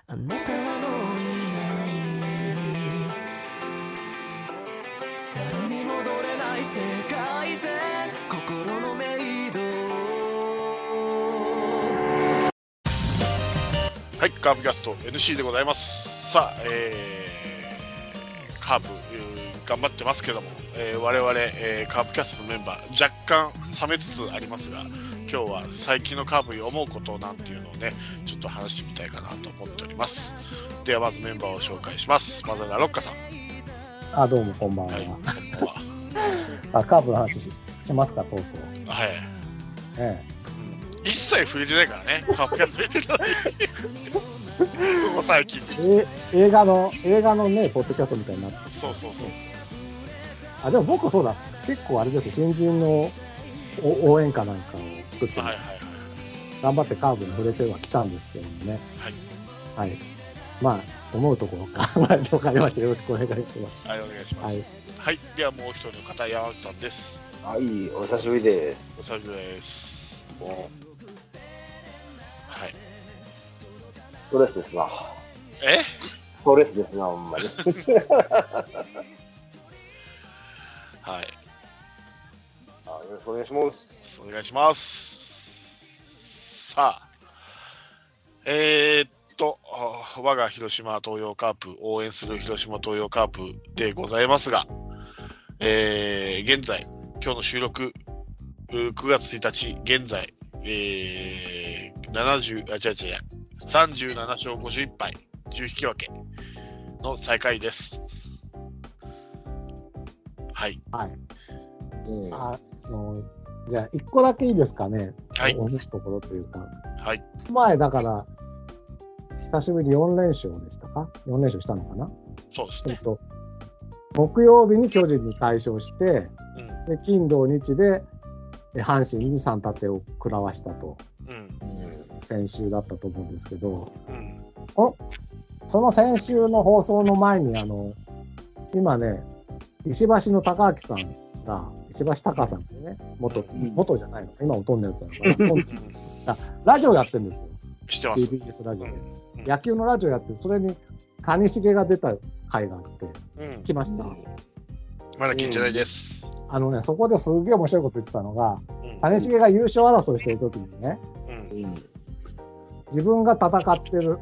あなたはもういないゼロに戻れない世界線心のメイド。 はい、カープキャスト NC でございます。さあ、カープ、頑張ってますけども、我々、カープキャストのメンバー若干冷めつつありますが、今日は最近のカープに思うことなんていうのをね、ちょっと話してみたいかなと思っております。ではまずメンバーを紹介します。まずはラロッカさん。 どうもこんばんは。 はい、こんばんは。 カープの話しますか、とうとう。 はい。一切触れてないからね、カープキャスト出てたのにここ最近映画のね、ポッドキャストみたいになって。 そう。 でも僕そうだ、結構あれです、新人の応援歌なんかを作って、頑張ってカーブに触れてはきたんですけどもね。はい。まあ、思うところ考えておかれまして、よろしくお願いします。 はい、お願いします。はい、ではもう一人の方、山内さんです。 はい、お久しぶりです。 お久しぶりです。はい。 ストレスですな。ストレスですな、ほんまに。 はい。 よろしくお願いします。 お願いします。さあ、我が広島東洋カープ、応援する広島東洋カープでございますが、現在、今日の収録、9月1日、現在、37勝51敗、10引き分けの最下位です。はい。 じゃあ、1個だけいいですかね。 はい。 思うところというか。 はい。 前、だから、久しぶりに4連勝でしたか ?4 連勝したのかな。 そうですね。 木曜日に巨人に大勝して、で金土日で阪神に3立てを食らわしたと、先週だったと思うんですけど、その先週の放送の前に今ね、石橋の高明さんが、石橋貴さんってね、元じゃないの、今も飛んでるやつだからラジオやってるんですよ。 知ってます。 TBS ラジオで、野球のラジオやって、それに谷繁が出た回があって、来ました。 まだ聞いてないです。 そこですげえ面白いこと言ってたのが、谷繁が優勝争いしてる時にね、自分が戦ってる、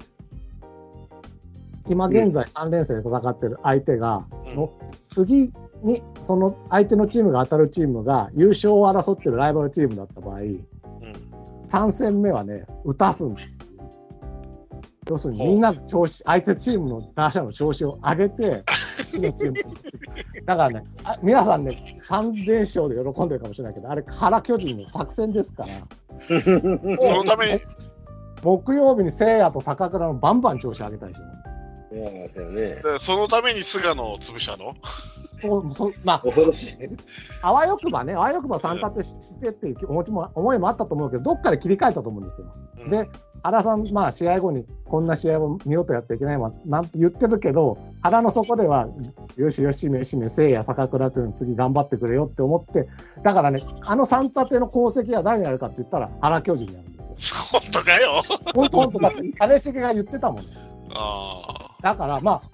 今現在3連戦で戦ってる相手が、次にその相手のチームが当たるチームが優勝を争ってるライバルチームだった場合、3戦目はね、打たすんです。要するにみんなの調子、相手チームの打者の調子を上げて、だからね、皆さんね、3連勝で喜んでるかもしれないけど、あれ、原巨人の作戦ですから、 そのために木曜日に聖夜と坂倉のバンバン調子上げたでしょ。 そのために菅野を潰したの？ まあ、あわよくば3立てしてっていう思いもあったと思うけど、どっかで切り替えたと思うんですよ。で、原さん、試合後にこんな試合を二度とやっていけないわなんて言ってるけど、原の底では、よし、聖夜、坂倉君、次頑張ってくれよって思って、だからね、3立ての功績は誰にやるかって言ったら、原巨人にやるんですよ。 本当かよ。 本当だって、金重が言ってたもんね。だから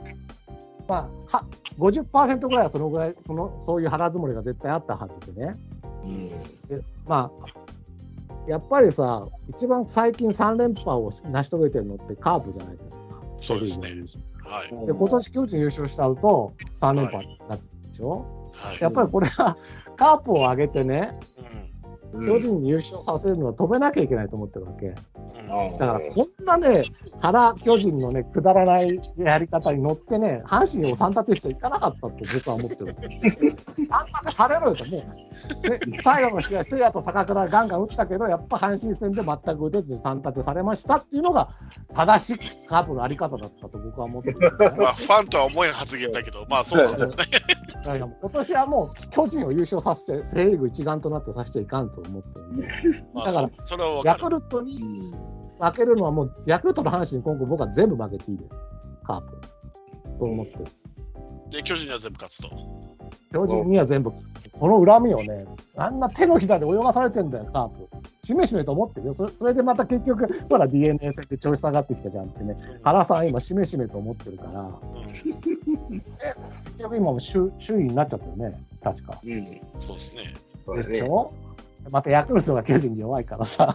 、50% ぐらいはそのぐらい、そういう腹積もりが絶対あったはずでね。でやっぱりさ、一番最近3連覇を成し遂げてるのってカープじゃないですか。 そうですね。 で、今年巨人優勝しちゃうと3連覇になってるでしょ。やっぱりこれはカープを上げてね、巨人に優勝させるのは止めなきゃいけないと思ってるわけ。だからこんなね、原巨人のね、くだらないやり方に乗ってね、阪神を3立てしていかなかったって僕は思ってる。3立てされろよと、もう、最後の試合、聖夜と坂倉ガンガン打ったけど、やっぱ阪神戦で全く打てずに3立てされましたっていうのが、正しいカープのあり方だったと僕は思ってる、 ファンとは思えん発言だけど、そうなんだよね。 今年はもう巨人を優勝させて、セ・リーグ一丸となってさせちゃいかんと思ってるんで、だからヤクルトに負けるのはもう、ヤクルトの阪神、今後僕は全部負けていいです、カープと思ってる。 で、巨人には全部勝つと。 巨人には全部、この恨みをね、あんな手のひらで泳がされてんだよ、カープ。しめしめと思ってるよ。それでまた結局、ほら DNA 戦で調子下がってきたじゃんってね、原さん今しめしめと思ってるから、結局今も首位になっちゃったよね、確か。 そうですね。 でしょ？またヤクルトが巨人に弱いからさ。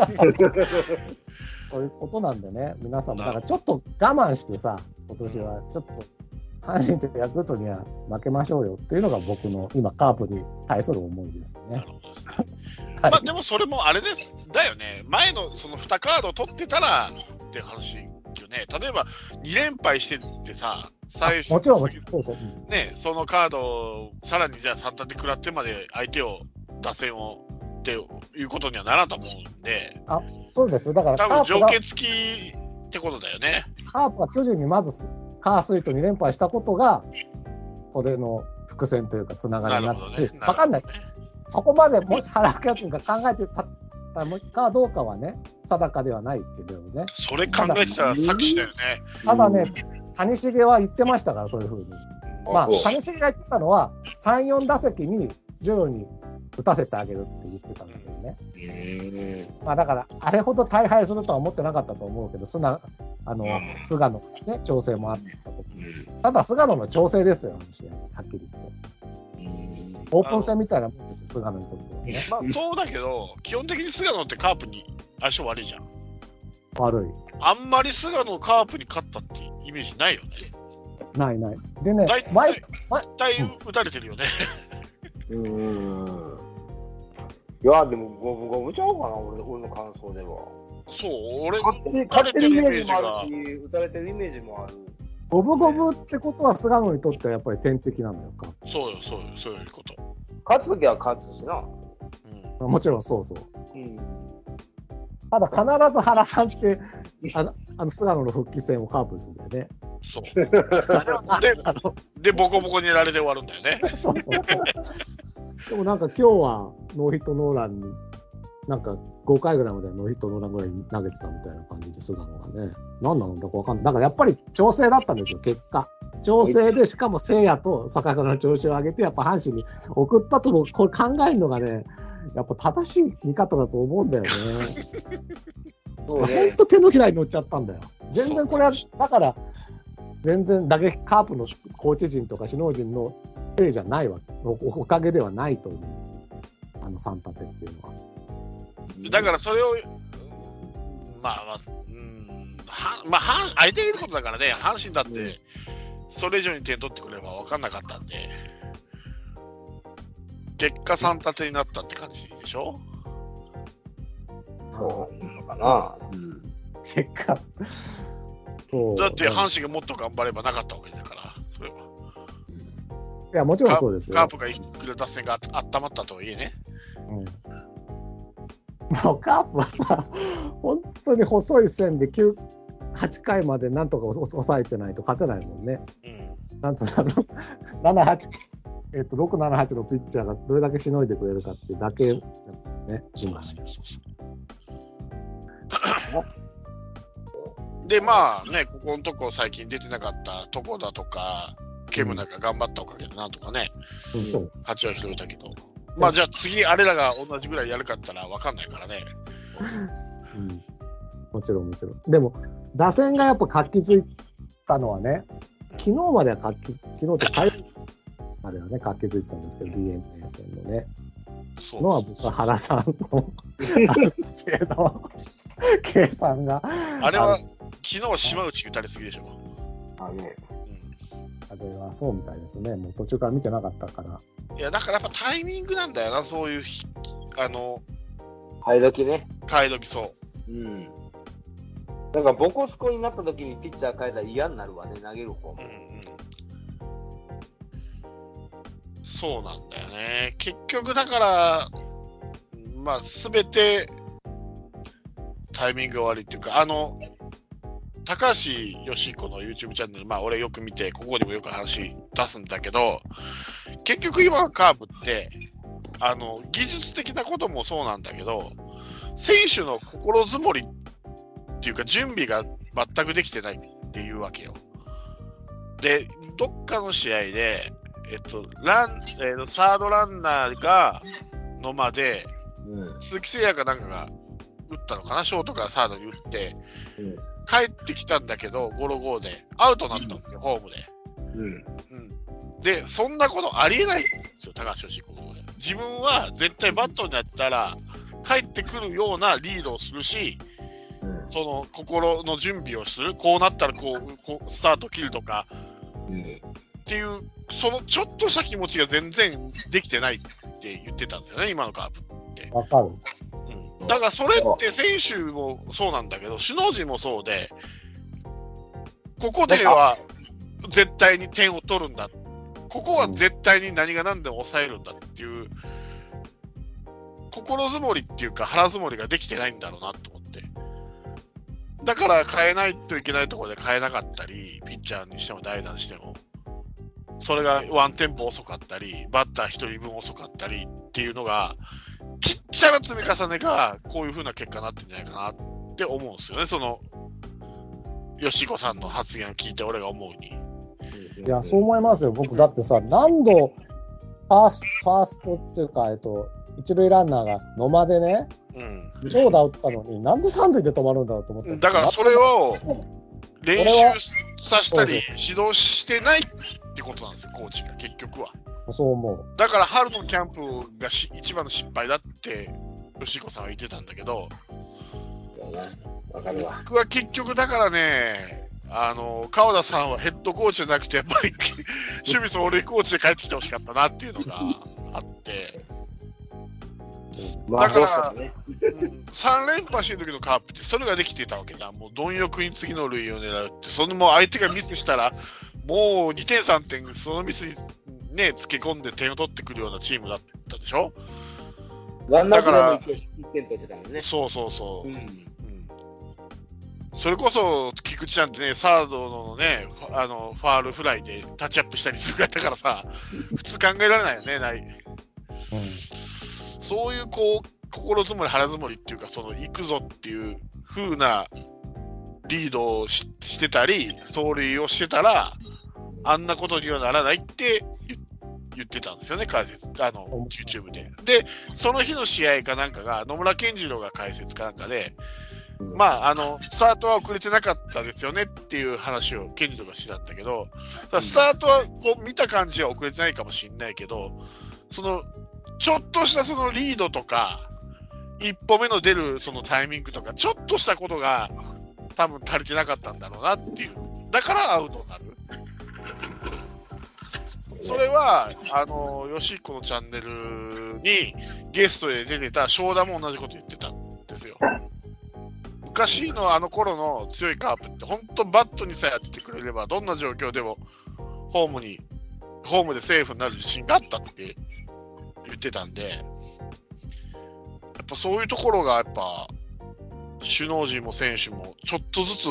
そういうことなんでね、皆さんもだからちょっと我慢してさ、今年はちょっと阪神とヤクルトには負けましょうよっていうのが僕の今カープに対する思いですね。 なるほどですね。はい、まあでもそれもあれですだよね。前のその2カード取ってたらって話よね。例えば2連敗してってさ、最初もちろんそうね、そのカードをさらにじゃあ3立て食らってまで相手を打線をっていうことにはならんと思うんで。 そうですよ。だから多分条件付きってことだよね。 カープが巨人にまずカースイと2連敗したことがそれの伏線というかつながりになったし、分かんない。そこまでもし原監督が考えてたかどうかはね、定かではないけどね。それ考えてたら作詞だよね。 ただね、谷繁は言ってましたから、そういうふうに。まあ、谷繁が言ってたのは、3、4打席に徐々に打たせてあげるって言ってたんだけどね。まあ、だから、あれほど大敗するとは思ってなかったと思うけど、菅野の、ね、調整もあったと。ただ、菅野の調整ですよ、はっきり言って。オープン戦みたいなもんですよ、菅野にとってはね。 まあ、そうだけど、基本的に菅野ってカープに相性悪いじゃん。 悪い。 あんまり菅野カープに勝ったってイメージないよね。 ない。でね、 大体打たれてるよね。 いや、でも五分五分ちゃうかな、俺の感想では。 そう、俺、 打たれてるイメージもあるし、打たれてるイメージもある。 五分五分ってことは菅野にとってはやっぱり天敵なんだよか。 そういうこと。 勝つときは勝つしな。 もちろんそう。ただ必ず原さんって菅野の復帰戦をカープするんだよね。 そうでボコボコにやられて終わるんだよね。 そうでもなんか今日はノーヒットノーランになんか5回ぐらいまでノーヒットノーランぐらいに投げてたみたいな感じで菅野がね、何なのだか分かんない。だからやっぱり調整だったんですよ、結果。調整でしかも聖夜と坂倉の調子を上げてやっぱ阪神に送ったともこれ考えるのがね、やっぱ正しい見方だと思うんだよね。ほんと手のひらに乗っちゃったんだよ。全然これはだから全然打撃カープのコーチ陣とか首脳陣のせいじゃないわ、おかげではないと思うんですよ、3立てっていうのは。 だからそれを相手がいることだからね、阪神だってそれ以上に点取ってくれば分かんなかったんで、結果3立てになったって感じでしょ。 そうなのかな。 結果そうだって阪神がもっと頑張ればなかったわけだから、それは。 いやもちろんそうですよ。 カープがいくら打線が温まったとはいえね。 もうカープはさ、本当に細い線で8回までなんとか抑えてないと勝てないもんね。なんつうの、6、7、8のピッチャーがどれだけしのいでくれるかっていうだけなんですよね、今ね。 で、まあね、ここのとこ最近出てなかったとこだとか、ケムナが頑張ったおかげでなんとかね、勝ちは広げたけど、まあじゃあ次、あれらが同じぐらいやるかったら分かんないからね。 もちろん。でも、打線がやっぱ活気づいたのはね、昨日までは昨日って火曜日まではね、活気づいてたんですけど、DNA 戦のね。のは僕は原さんのある程度計算が。 あれは昨日島内打たれすぎでしょ。 あれはそうみたいですね。もう途中から見てなかったから。 いやだからやっぱタイミングなんだよな、そういう買い時ね。 買い時そう。 なんかボコスコになった時にピッチャー変えたら嫌になるわね、投げる方も。 そうなんだよね。結局だからまあ全てタイミングが悪いっていうか、高橋義彦の YouTube チャンネル、まあ俺よく見て、ここにもよく話出すんだけど、結局今のカープって技術的なこともそうなんだけど、選手の心づもりっていうか準備が全くできてないっていうわけよ。で、どっかの試合でサードランナーが野間で、鈴木誠也かなんかが打ったのかな、ショートからサードに打って、帰ってきたんだけど、ゴロゴーで、アウトになったんだよ、ホームで。で、そんなことありえないんですよ、高橋由伸。自分は絶対バットになってたら、帰ってくるようなリードをするし、その心の準備をする、こうなったらこうスタート切るとか、っていう、そのちょっとした気持ちが全然できてないって言ってたんですよね、今のカープって。 わかる。 だからそれって選手もそうなんだけど、首脳陣もそうで、ここでは絶対に点を取るんだ、ここは絶対に何が何でも抑えるんだっていう、心づもりっていうか腹づもりができてないんだろうなと思って。だから変えないといけないところで変えなかったり、ピッチャーにしても代打にしても、それがワンテンポ遅かったり、バッター1人分遅かったりっていうのが、ちっちゃな積み重ねがこういう風な結果になってんじゃないかなって思うんですよね、その吉子さんの発言を聞いて俺が思うに。 いや、そう思いますよ。僕だってさ、何度ファーストっていうか、一塁ランナーが野間でね、長打打ったのに、なんで三塁で止まるんだろうと思って。 だからそれを練習させたり指導してないってことなんですよ、コーチが結局は。 そう思う。 だから春のキャンプが一番の失敗だって吉子さんは言ってたんだけど、僕は結局だからね、川田さんはヘッドコーチじゃなくて、やっぱり守備走塁コーチで帰ってきてほしかったなっていうのがあって、だから、3連覇してる時のカープってそれができていたわけじゃん。もう貪欲に次の塁を狙うって、そのもう相手がミスしたらもう2点3点そのミスにねつけ込んで点を取ってくるようなチームだったでしょ。だからそうそうそう、それこそ菊池ちゃんってね、サードのねファールフライでタッチアップしたりする方からさ、普通考えられないよね。そういうこう心づもり腹づもりっていうか、その行くぞっていう風なリードをしてたり走塁をしてたら、あんなことにはならないって言ってたんですよね、解説YouTube で。でその日の試合かなんかが野村健次郎が解説かなんかで、スタートは遅れてなかったですよねっていう話を健次郎がしてたんだけど、スタートはこう見た感じは遅れてないかもしれないけど、そのちょっとしたそのリードとか一歩目の出るそのタイミングとか、ちょっとしたことが多分足りてなかったんだろうなっていう。だからアウトになる。それは吉彦のチャンネルにゲストで出てた正田も同じこと言ってたんですよ。昔のあの頃の強いカープって本当バットにさえ当ててくれればどんな状況でもホームでセーフになる自信があったって言ってたんで、やっぱそういうところがやっぱ首脳陣も選手もちょっとずつ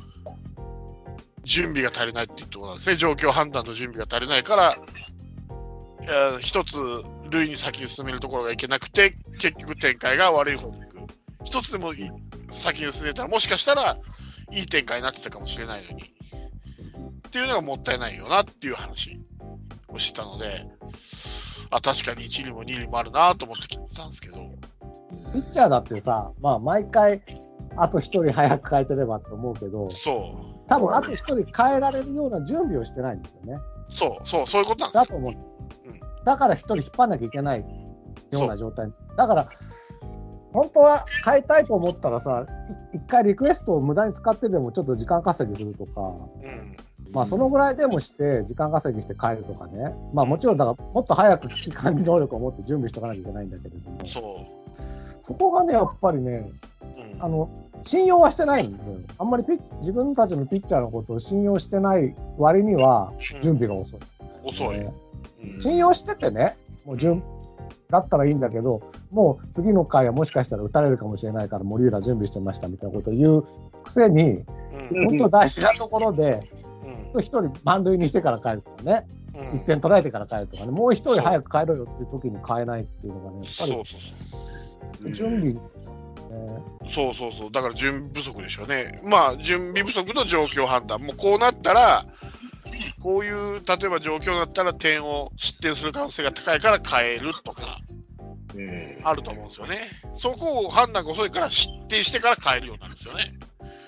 準備が足りないっていうところなんですね。状況判断の準備が足りないから、一つ塁に先に進めるところがいけなくて、結局展開が悪い方に行く。一つでも先に進めたらもしかしたらいい展開になってたかもしれないのにっていうのがもったいないよなっていう話をしたので、確かに1塁も2塁もあるなと思って聞いてたんですけど、 ピッチャーだってさ、毎回あと1人早く変えてればって思うけど、多分あと1人変えられるような準備をしてないんですよね。 そういうことなんですよ。 だと思うんです。だから1人引っ張んなきゃいけないような状態。だから本当は変えたいと思ったらさ、一回リクエストを無駄に使ってでもちょっと時間稼ぎするとか、そのぐらいでもして時間稼ぎして変えるとかね。もちろんだからもっと早く危機管理能力を持って準備しておかなきゃいけないんだけれども、そこがねやっぱりね、信用はしてないんで、あんまり自分たちのピッチャーのことを信用してない割には準備が遅い。信用しててね、もうだったらいいんだけど、もう次の回はもしかしたら打たれるかもしれないから森浦準備してましたみたいなことを言うくせに、本当大事なところで一人満塁にしてから帰るとかね、1点取られてから帰るとかね、もう一人早く帰ろうよっていう時に変えないっていうのがね、やっぱり準備、 だから準備不足でしょうね。準備不足の状況判断、もうこうなったらこういう例えば状況だったら点を失点する可能性が高いから変えるとか、あると思うんですよね。そこを判断が遅いから失点してから変えるようになるんですよね。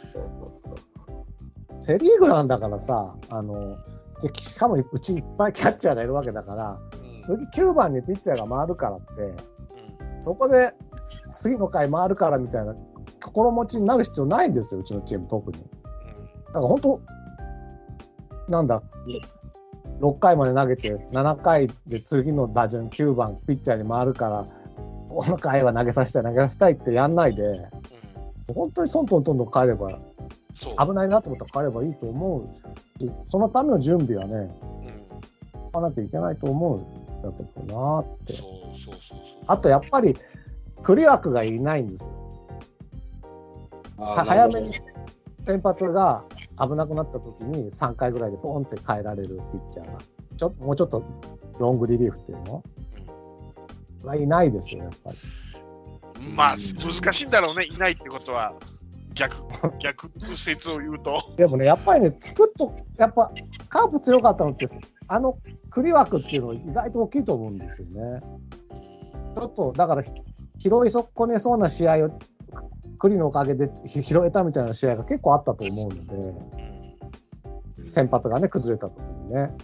セ・リーグなんだからさ、しかもうちいっぱいキャッチャーがいるわけだから、次9番にピッチャーが回るからって、そこで次の回回るからみたいな心持ちになる必要ないんですよ、うちのチーム特に。だから本当なんだ、6回まで投げて7回で次の打順9番ピッチャーに回るからこの回は投げさせたいってやんないで、本当にトントン変えれば危ないなと思ったら変えればいいと思うし、そのための準備はね、やらなきゃいけないと思うんだけどなって。あとやっぱりクリ枠がいないんですよ。早めに先発が危なくなった時に3回ぐらいでポンって変えられるピッチャーがもうちょっとロングリリーフっていうのがいないですよ、やっぱり。 まあ難しいんだろうね、いないってことは。逆説を言うと。 でもね、やっぱりね、やっぱカープ強かったのってクリ枠っていうのは意外と大きいと思うんですよね。ちょっとだから拾い損ねそうな試合を栗のおかげで拾えたみたいな試合が結構あったと思うので、先発がね崩れた時にね、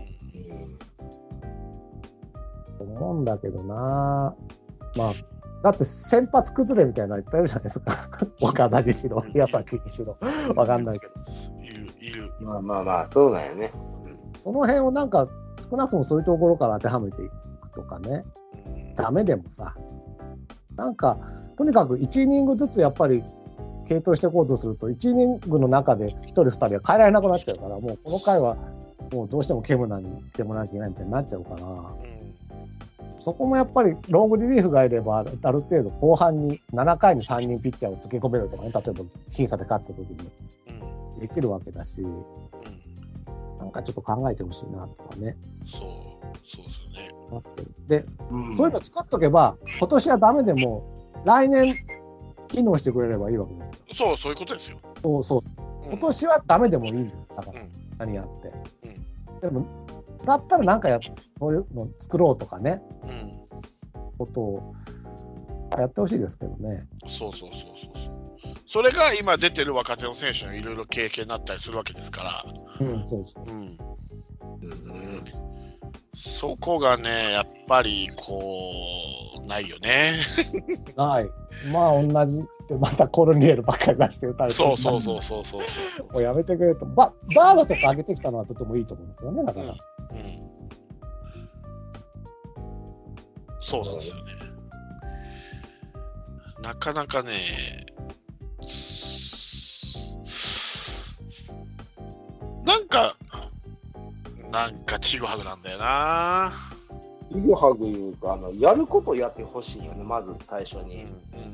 思うんだけどな。まあだって先発崩れみたいなのいっぱいいるじゃないですか。岡田にしろ宮崎にしろわかんないけど、 いる。 まあそうだよね。 その辺をなんか少なくともそういうところから当てはめていくとかね、ダメでもさ、なんかとにかく1イニングずつやっぱり継投していこうとすると1イニングの中で1人2人は変えられなくなっちゃうから、もうこの回はもうどうしてもケムナにしてもらわなきゃいけないみたいになっちゃうから、そこもやっぱりロングリリーフがいればある程度後半に7回に3人ピッチャーをつけ込めるとかね、例えば僅差で勝った時にできるわけだし、なんかちょっと考えてほしいなとかね。 そうですよね。 で、そういうの作っとけば今年はダメでも来年機能してくれればいいわけですよ。 そういうことですよ。 今年はダメでもいいんです。だから何やって、でもだったらなんかそういうの作ろうとかね、ことをやってほしいですけどね。 そう。それが今出てる若手の選手のいろいろ経験になったりするわけですから。そこがね、やっぱりないよね。 ない。まあ同じでまたコルニエルばっかり出して打たれて、 そう。 もうやめてくれと。バードとか上げてきたのはとてもいいと思うんですよね。だから。 そうなんですよね。なかなかね、なんかちぐはぐなんだよな。 ちぐはぐいうか、やることやってほしいよね、まず最初に。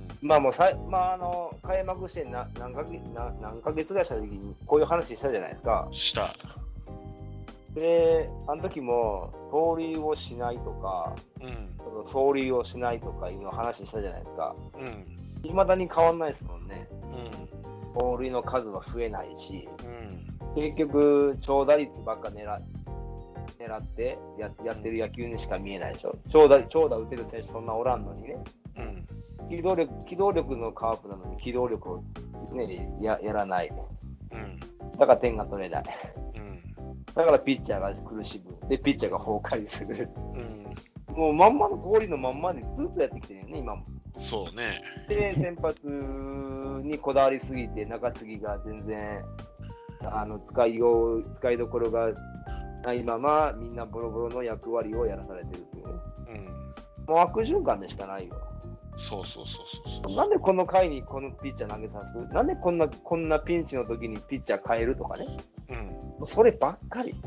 開幕して何ヶ月ぐらいした時にこういう話したじゃないですか。 した。 で、あの時も盗塁をしないとか、走塁をしないとかいうの話したじゃないですか。未だに変わんないですもんね。盗塁の数は増えないし、結局長打率ばっか狙ってやってる野球にしか見えないでしょ。長打打てる選手そんなおらんのにね。機動力のカープなのに機動力を、ね、やらない。だから点が取れない。だからピッチャーが苦しむ。で、ピッチャーが崩壊する。もうまんまの通りのまんまでずっとやってきてるよね、今も。 そうね。 で、先発にこだわりすぎて、中継ぎが全然、使いどころがないまま、みんなボロボロの役割をやらされてるっていうね。もう悪循環でしかないよ。 そう。 なんでこの回にこのピッチャー投げさす？なんでこんなピンチの時にピッチャー変えるとかね。そればっかり。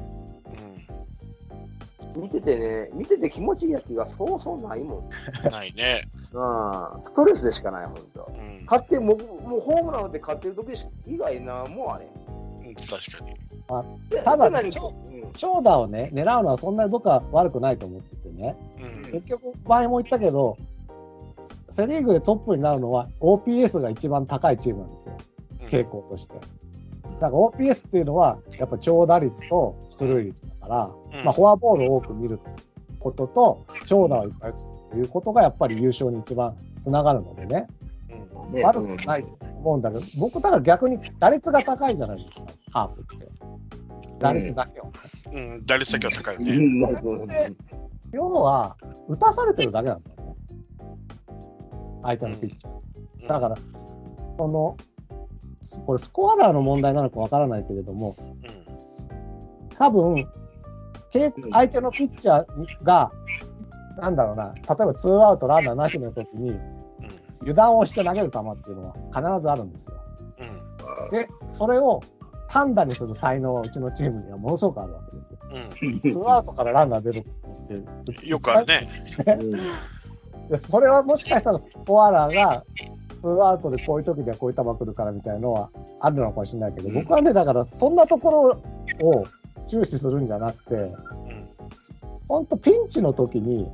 見てて気持ちいい野球がそうないもん。 ないね。 ストレスでしかない、ほんと。勝ってもうホームラン打って勝ってる時以外な、もうあれ。 確かに。 ただ、長打をね、狙うのはそんなに僕は悪くないと思っててね。結局、前も言ったけど、セ・リーグでトップになるのは OPS が一番高いチームなんですよ、傾向として。 なんか OPS っていうのはやっぱ長打率と出塁率だから、まあ、フォアボールを多く見ることと長打をいっぱい打つっていうことがやっぱり優勝に一番つながるのでね、悪くないと思うんだけど、僕だから逆に打率が高いじゃないですか、カープって。打率だけは。 打率だけは高いよね。 要は打たされてるだけなんだよね、相手のピッチャー。だからこれスコアラーの問題なのかわからないけれども、多分相手のピッチャーがなんだろうな、例えばツーアウトランナーなしの時に油断をして投げる球っていうのは必ずあるんですよ。でそれを単打にする才能はうちのチームにはものすごくあるわけですよ。ツーアウトからランナー出るってよくあるね。 でそれはもしかしたらスコアラーがツーアウトでこういう時ではこういう球来るからみたいなのはあるのかもしれないけど、僕はね、だからそんなところを注視するんじゃなくて、本当ピンチの時に、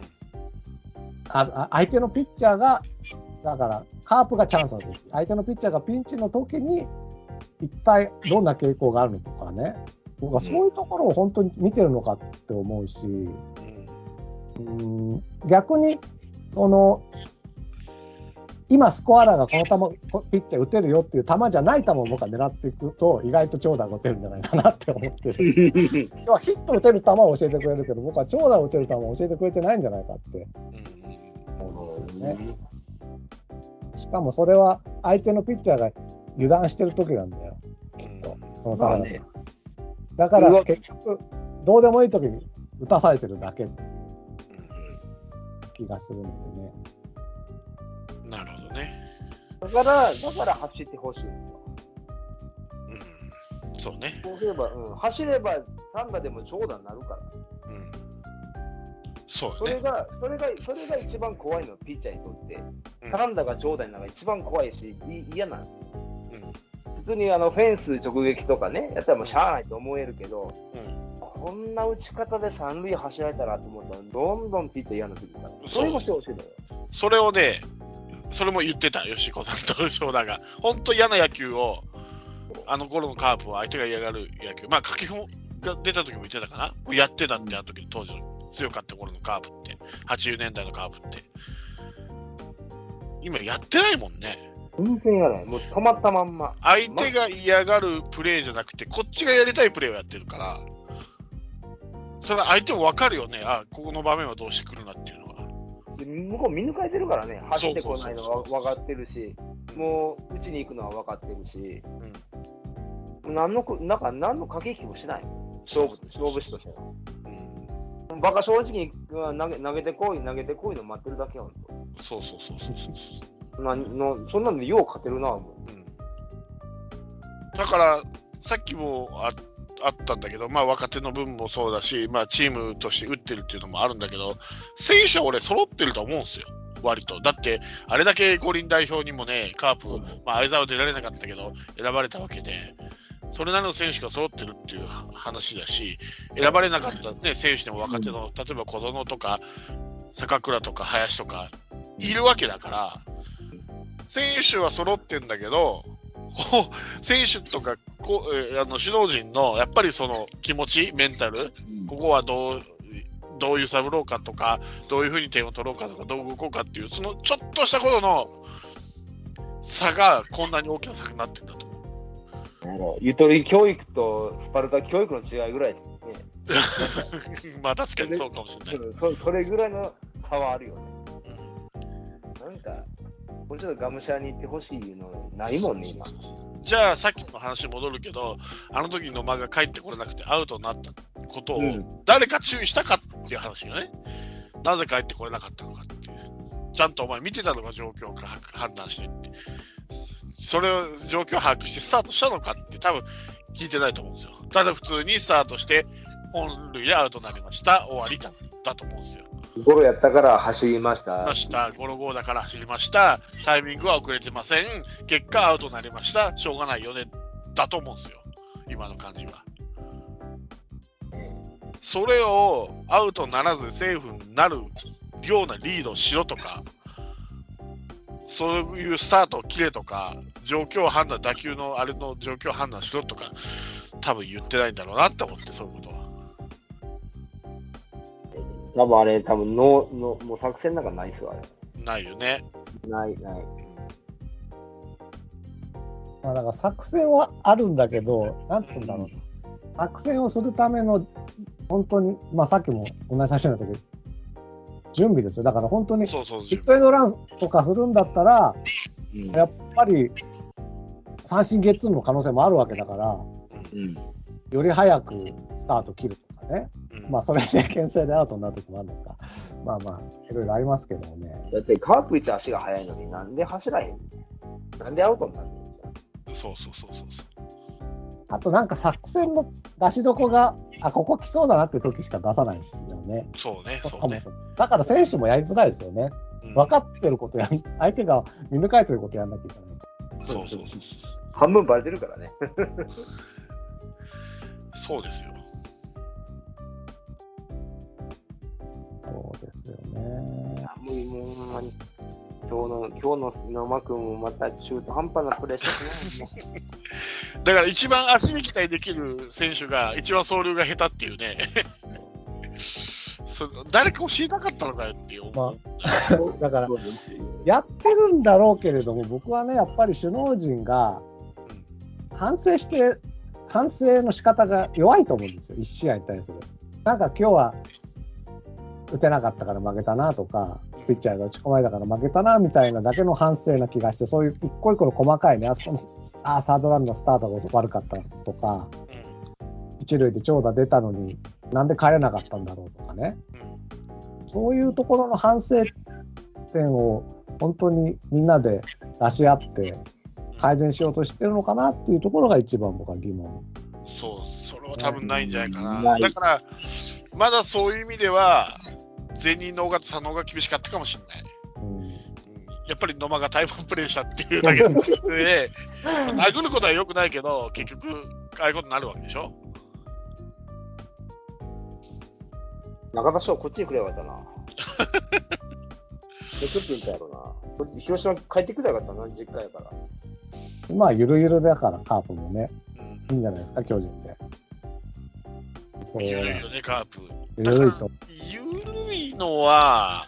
相手のピッチャーが、だからカープがチャンスの時、相手のピッチャーがピンチの時に一体どんな傾向があるのとかね、僕はそういうところを本当に見てるのかって思うし、逆に今スコアラーがこの球ピッチャー打てるよっていう球じゃない球を僕は狙っていくと意外と長打が打てるんじゃないかなって思ってる。要はヒット打てる球を教えてくれるけど、僕は長打を打てる球を教えてくれてないんじゃないかって思うんですよね。しかもそれは相手のピッチャーが油断してる時なんだよ、きっとその球で。だから結局どうでもいい時に打たされてるだけって気がするのでね。 なるほどね。 だから走ってほしいんですよ。 そうね。 そうすれば、走れば単打でも長打になるから。 そうね。 それが一番怖いの、ピッチャーにとって。単打が長打になるのが一番怖いし、嫌なんですよ。普通にフェンス直撃とかね、やったらもうしゃあないと思えるけど、こんな打ち方で三塁走られたらと思ったら、どんどんピッチャー嫌なってくるから。それもしてほしいのよ。それをね、 それも言ってた、吉子さんと翔太が。本当嫌な野球を、あの頃のカープは相手が嫌がる野球。まあ、掛布が出た時も言ってたかな。やってたって、あの時、当時の強かった頃のカープって。80年代のカープって。今やってないもんね。 全然やない。もう止まったまんま。 相手が嫌がるプレーじゃなくて、こっちがやりたいプレーをやってるから、それは相手も分かるよね。ここの場面はどうしてくるなっていうのは。 向こう見抜かれてるからね、走ってこないのは分かってるし、もう打ちに行くのは分かってるし、何の駆け引きもしない、勝負師としては。バカ正直に投げてこいの待ってるだけやんと。 そう。 そんなのよう勝てるな、もう。だから、さっきもあったんだけど、まあ若手の分もそうだし、まあチームとして打ってるっていうのもあるんだけど、選手は俺揃ってると思うんですよ、割と。だって、あれだけ五輪代表にもね、カープ、相澤出られなかったけど、選ばれたわけで、それなりの選手が揃ってるっていう話だし、選ばれなかった、ね、選手でも若手の、例えば小園とか、坂倉とか林とか、いるわけだから、選手は揃ってるんだけど、選手とか首脳陣のやっぱりその気持ち、メンタル、ここはどう揺さぶろうかとか、どういうふうに点を取ろうかとか、どう動こうかっていう、そのちょっとしたことの差がこんなに大きな差になってるんだと思う。 ゆとり教育とスパルタ教育の違いぐらいですね。まあ確かにそうかもしれない。 それぐらいの差はあるよね。なんかもうちょっとがむしゃらに行ってほしいのないもんね、今。 じゃあさっきの話に戻るけど、あの時野間が帰ってこれなくてアウトになったことを誰か注意したかっていう話がね、なぜ帰ってこれなかったのかっていう、ちゃんとお前見てたのか状況か判断してって、それを状況を把握してスタートしたのかって多分聞いてないと思うんですよ。ただ普通にスタートして本塁でアウトになりました、終わりだと思うんですよ。 ゴロやったから走りました。 ゴロゴーだから走りました。タイミングは遅れてません。結果アウトになりました。しょうがないよね。だと思うんですよ。今の感じは。それをアウトにならずセーフになるようなリードをしろとか、 そういうスタートを切れとか、状況判断、打球のあれの状況判断しろとか、多分言ってないんだろうなって思って、そういうことは。 多分あれ、もう作戦なんかないっすよ、あれ。 ないよね。 ない。 まあ、だから作戦はあるんだけど、なんつうんだろうな。作戦をするための、本当に、まあさっきも同じ話になったけど、準備ですよ。だから本当に、ヒットエンドランとかするんだったら、やっぱり、三振ゲッツーの可能性もあるわけだから、より早くスタート切るとかね。まあそれで牽制でアウトになるときもあるのか。まあまあ、いろいろありますけどもね。 だってカープ一足が速いのになんで走らへん？なんでアウトになるの？ そう。 あとなんか作戦の出しどこが、ここ来そうだなって時しか出さないですよね。 そうね。 だから選手もやりづらいですよね。分かってること相手が見抜かれてることやんなきゃいけない。 そう。 半分バレてるからね。 そうですよ。 そうですよね。 もうほんまに今日の野間君もまた中途半端なプレーしてね。 だから一番足に期待できる選手が一番走塁が下手っていうね。誰か教えなかったのかよっていう、 まあ、だからやってるんだろうけれども、僕はねやっぱり首脳陣が反省の仕方が弱いと思うんですよ、1試合に対する。なんか今日は打てなかったから負けたなとか、ピッチャーが打ち込まれたから負けたなみたいなだけの反省な気がして、そういう一個一個の細かいね、あそこのサードランのスタートが悪かったとか、一塁で長打出たのになんで帰れなかったんだろうとかね、そういうところの反省点を本当にみんなで出し合って改善しようとしてるのかなっていうところが一番僕は疑問。 それは多分ないんじゃないかな。だからまだそういう意味では前任の尾形さんの方が厳しかったかもしれない。やっぱり野間がタイムプレーしたっていうだけで殴ることは良くないけど、結局ああいうことになるわけでしょ。 中田翔こっちに来ればよかったな。ちょっと言ったやろな。広島帰ってくればよかったな、実家やから。 まあゆるゆるだからカープもね、いいんじゃないですか、巨人で。 ゆるいよね、カープ。 ゆるいと。 ゆるいのは、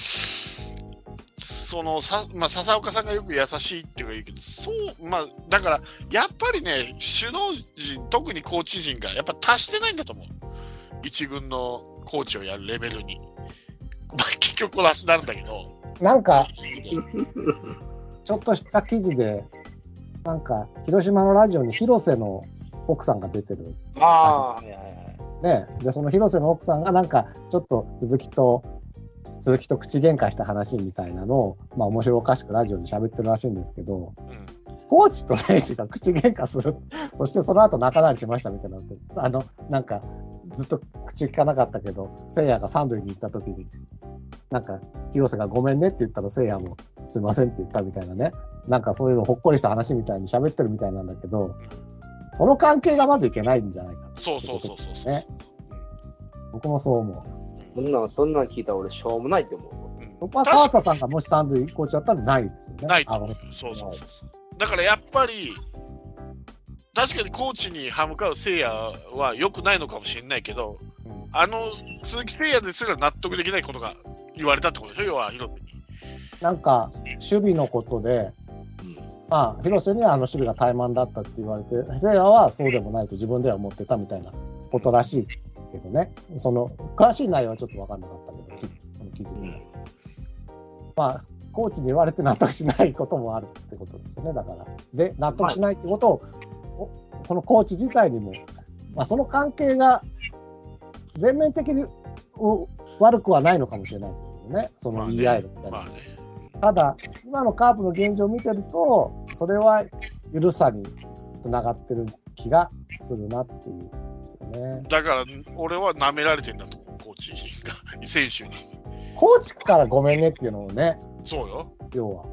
笹岡さんがよく優しいって言うけど、だから、やっぱりね、首脳陣、特にコーチ陣が、やっぱ達してないんだと思う。一軍のコーチをやるレベルに。結局、この足になるんだけど。 なんか、ちょっとした記事で、なんか、広島のラジオに広瀬の奥さんが出てる。ね、でその広瀬の奥さんがなんかちょっと鈴木と口喧嘩した話みたいなのを、まあ、面白おかしくラジオで喋ってるらしいんですけど、コーチと選手が口喧嘩する、そしてその後仲直りしましたみたいなのなんかずっと口聞かなかったけど、聖夜が三塁に行った時になんか広瀬がごめんねって言ったら聖夜もすいませんって言ったみたいなね、なんかそういうのほっこりした話みたいに喋ってるみたいなんだけど、その関係がまずいけないんじゃないか、 そう、 ね。僕もそう思う。そんなん聞いたら俺しょうもないって思う。 僕は川田さんがもし三塁コーチだったらないですよね。 ないと思う。そうだからやっぱり確かにコーチに歯向かう聖夜は良くないのかもしれないけど、鈴木誠也ですら納得できないことが言われたってことでしょ、要は広瀬に。 なんか守備のことで、まあ、広瀬には守備が怠慢だったって言われて、誠也はそうでもないと自分では思ってたみたいなことらしいけどね、その詳しい内容はちょっと分かんなかったけど、その記事で、まあ、コーチに言われて納得しないこともあるってことですよね。だからで納得しないってことを、そのコーチ自体にも、まあ、その関係が全面的に悪くはないのかもしれないけどね、その言い合えるみたいな。ただ今のカープの現状を見てると、それは緩さにつながってる気がするなっていうですよね。 だから俺は舐められてんだと思う、コーチが選手に。 コーチからごめんねっていうのをね。 そうよ。 要は。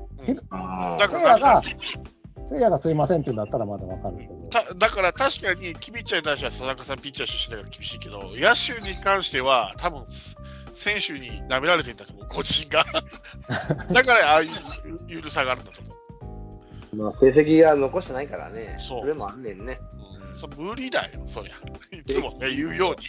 聖夜がすいませんって言うんだったらまだわかるけど。 だから確かにピッチャーに対しては佐々木さんピッチャー出身だから厳しいけど、野手に関しては多分選手に舐められてんだと思う、個人が。だからああいうゆるさがあるんだと思う。まあ成績が残してないからね。それもあんねんね。 無理だよ、そりゃ。いつもね、言うように。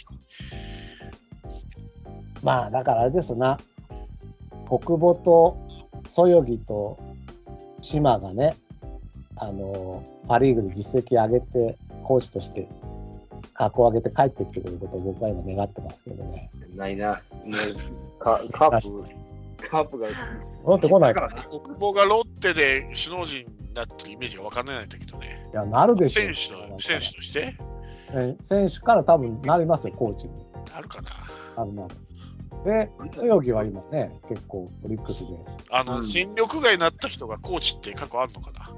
まあ、だからあれですな。国母とそよぎと島がね、パ・リーグで実績上げて、コーチとして格を上げて帰ってきてくることを僕は今願ってますけどね。 ないな。カープが戻ってこないから。 国母がロッテで首脳陣になってるイメージが分からないんだけどね。 いや、なるでしょ。 選手として選手から多分なりますよ、コーチに。 なるかな。 なる。で、そよぎは今ね、結構オリックスで。 戦力外になった人がコーチって過去あるのかな。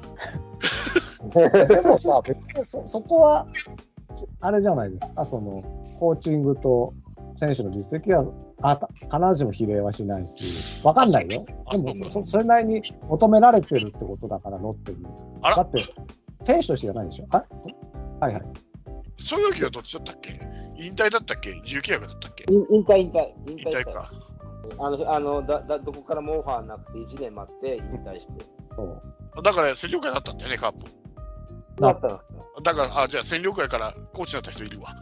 でもさ、別にそこは、あれじゃないですか、その、コーチングと選手の実績は、必ずしも比例はしないし、わかんないよ。でもそれなりに求められてるってことだから、ロッテに。だって、選手としてじゃないでしょ。はいはい。 そよぎはどっちだったっけ？引退だったっけ？自由契約だったっけ？ 引退か。 どこからもオファーなくて1年待って引退して。 だから戦力外だったんだよね、カープ。 だったの。 だからじゃあ戦力外からコーチになった人いるわ。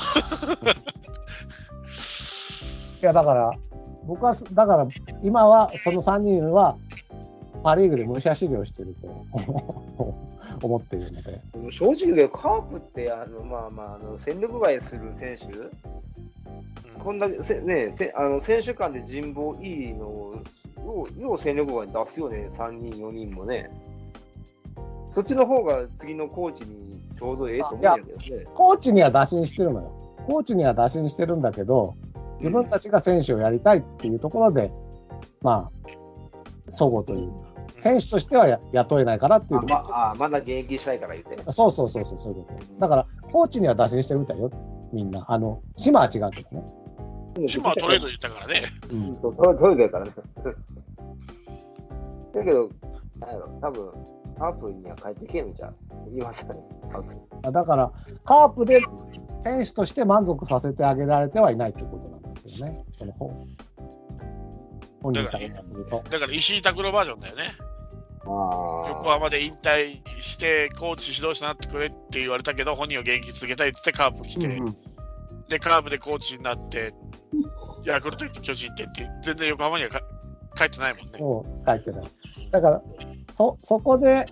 いやだから僕はだから今はその3人はパ・リーグで武者修行してると思っているので。 正直言うとカープって戦力外する選手、こんだけね選手間で人望いいのをよう戦力外に出すよね、3人4人もね。そっちの方が次のコーチにちょうどええと思うんだけどね。 コーチには打診してるのよ。コーチには打診してるんだけど、自分たちが選手をやりたいっていうところで、まあ、齟齬というか、選手としては雇えないからっていうところ。 まだ現役したいから言ってね。 そういうこと。だから、コーチには打診してるみたいよ、みんな。島は違うけどね。 島はトレードに行ったからね。 トレードやからね。だけど、なんやろ、多分カープには帰ってけんじゃん。言いますかね。 だから、カープで選手として満足させてあげられてはいないということなんですけどね。その本人からすると。 だから石井拓郎バージョンだよね。横浜で引退してコーチ指導者になってくれって言われたけど、本人は現役続けたいって言ってカープ来て、でカープでコーチになってヤクルト行って巨人行ってって全然横浜には帰ってないもんね。 そう帰ってない。だからそこで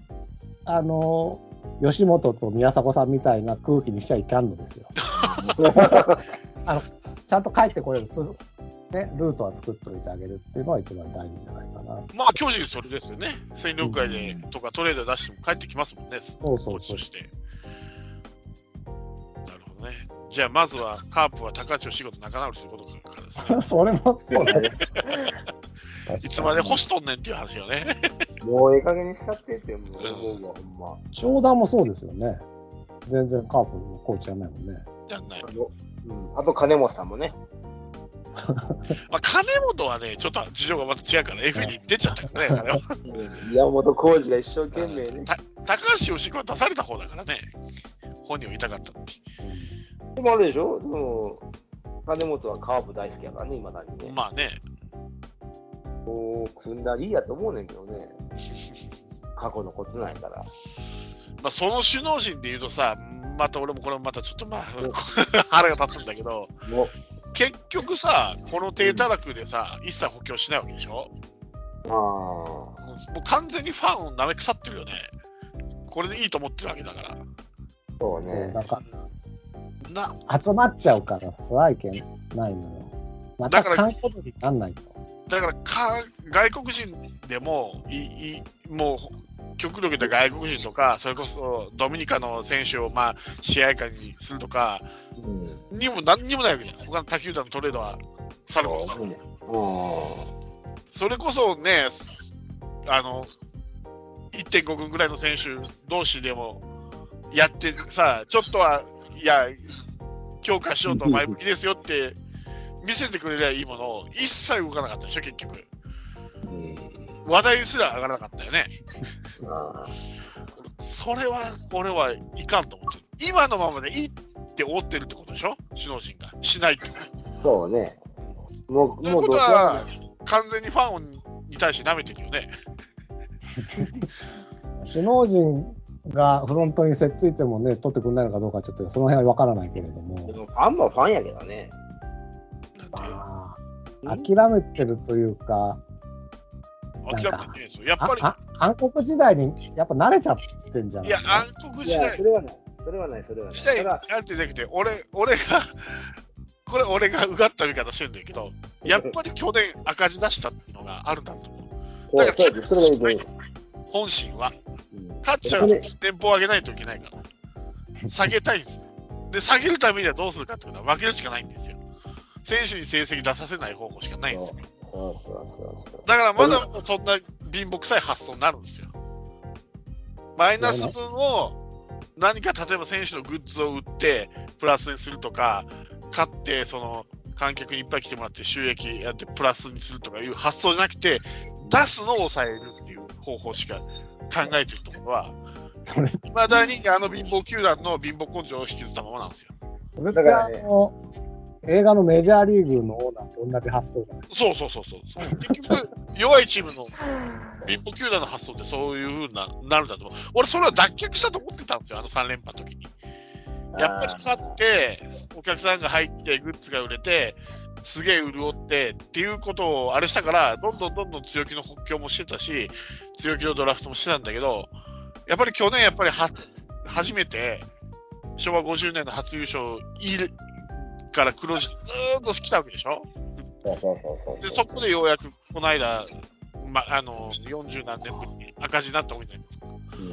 吉本と宮迫さんみたいな空気にしちゃいかんのですよ。ちゃんと帰ってこれるルートは作っておいてあげるっていうのは一番大事じゃないかな。 まあ巨人それですよね。戦力外でとかトレード出しても帰ってきますもんね。 そうして。なるほどね。じゃあまずはカープは高橋を仕事仲直りすることからですね。 それもそうだね。 いつまで干しとんねんっていう話よね。 もうええ加減にしちゃってって思うわ、ほんま。 商談もそうですよね。全然カープのコーチやんないもんね。 やんない。 あと金本さんもね。 まあ金本はね、ちょっと事情がまた違うから F に出ちゃったからね。 山本浩二が一生懸命ね。 高橋由伸は出された方だからね。本人を言いたかったのに。 でもあれでしょ、でも金本はカープ大好きやからね、今だにね。 まあね。 こう組んだりやと思うねんけどね。過去のことないから。 まあその首脳陣で言うとさ、また俺もこれもまたちょっと腹が立つんだけど、結局さ、この低たらくでさ、一切補強しないわけでしょ。もう完全にファンを舐め腐ってるよね。これでいいと思ってるわけだから。 そうね。 なんか集まっちゃうからさ、いけないのよ。また観光になんないと。 だから外国人でももう極力で外国人とか、それこそドミニカの選手を試合会にするとか、にも何にもないわけじゃん。他の他球団のトレードはさることだろう。それこそね、1.5 軍ぐらいの選手同士でもやってさ、ちょっとはいや強化しようと前向きですよって見せてくれりゃいいものを一切動かなかったでしょ、結局。話題すら上がらなかったよね。それは俺はいかんと思ってる。今のままでいいって思ってるってことでしょ、首脳陣がしないってこと。 そうね。 もうということは、完全にファンに対して舐めてるよね。 首脳陣がフロントにせっついてもね、取ってくれないのかどうか、ちょっとその辺は分からないけれども。 でもファンもファンやけどね。 諦めてるというか、 諦めてないですよ。やっぱり。 暗黒時代にやっぱ慣れちゃってんじゃない？ いや、暗黒時代。 それはない。 時代に慣れてなくて、俺がうがった見方してるんだけど、やっぱり去年赤字出したっていうのがあるんだと思う。だから本心は、勝っちゃうと年俸上げないといけないから、下げたいんですよ。で、下げるためにはどうするかっていうのは分けるしかないんですよ。選手に成績出させない方法しかないんですよ。だからまだそんな貧乏くさい発想になるんですよ。マイナス分を何か例えば選手のグッズを売ってプラスにするとか、勝ってその観客にいっぱい来てもらって収益やってプラスにするとかいう発想じゃなくて、出すのを抑えるっていう方法しか考えてるところは、いまだにあの貧乏球団の貧乏根性を引きずったままなんですよ。 それって映画のメジャーリーグのオーナーと同じ発想じゃない？ そう結局弱いチームの貧乏球団の発想ってそういう風になるんだと思う。俺それは脱却したと思ってたんですよ、あの3連覇の時に。やっぱり勝ってお客さんが入ってグッズが売れてすげえ潤ってっていうことをあれしたから、どんどん強気の補強もしてたし、強気のドラフトもしてたんだけど、やっぱり去年初めて昭和50年の初優勝から黒字ずーっと来たわけでしょ。でそこでようやくこの間、40何年ぶりに赤字になったわけじゃないですか。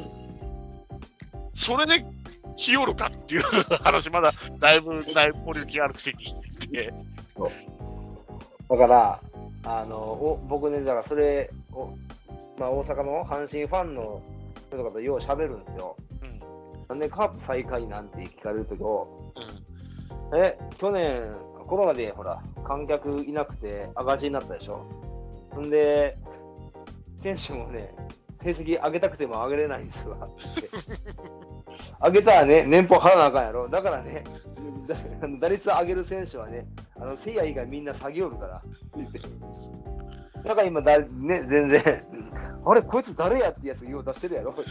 それで来よるかっていう話、まだだいぶポリュキがあるくせにってだから僕ね、だからそれを、大阪の阪神ファンの人とかとよう喋るんですよ。なんでカープ最下位なんて聞かれるときを、去年コロナでほら観客いなくて赤字になったでしょ。んで選手もね、成績上げたくても上げれないんですわ上げたらね、年俸払わなあかんやろ。だからね、打率上げる選手はね、せいや以外みんな下げよるからだから今ね、全然あれこいつ誰やってやつよう出してるやろ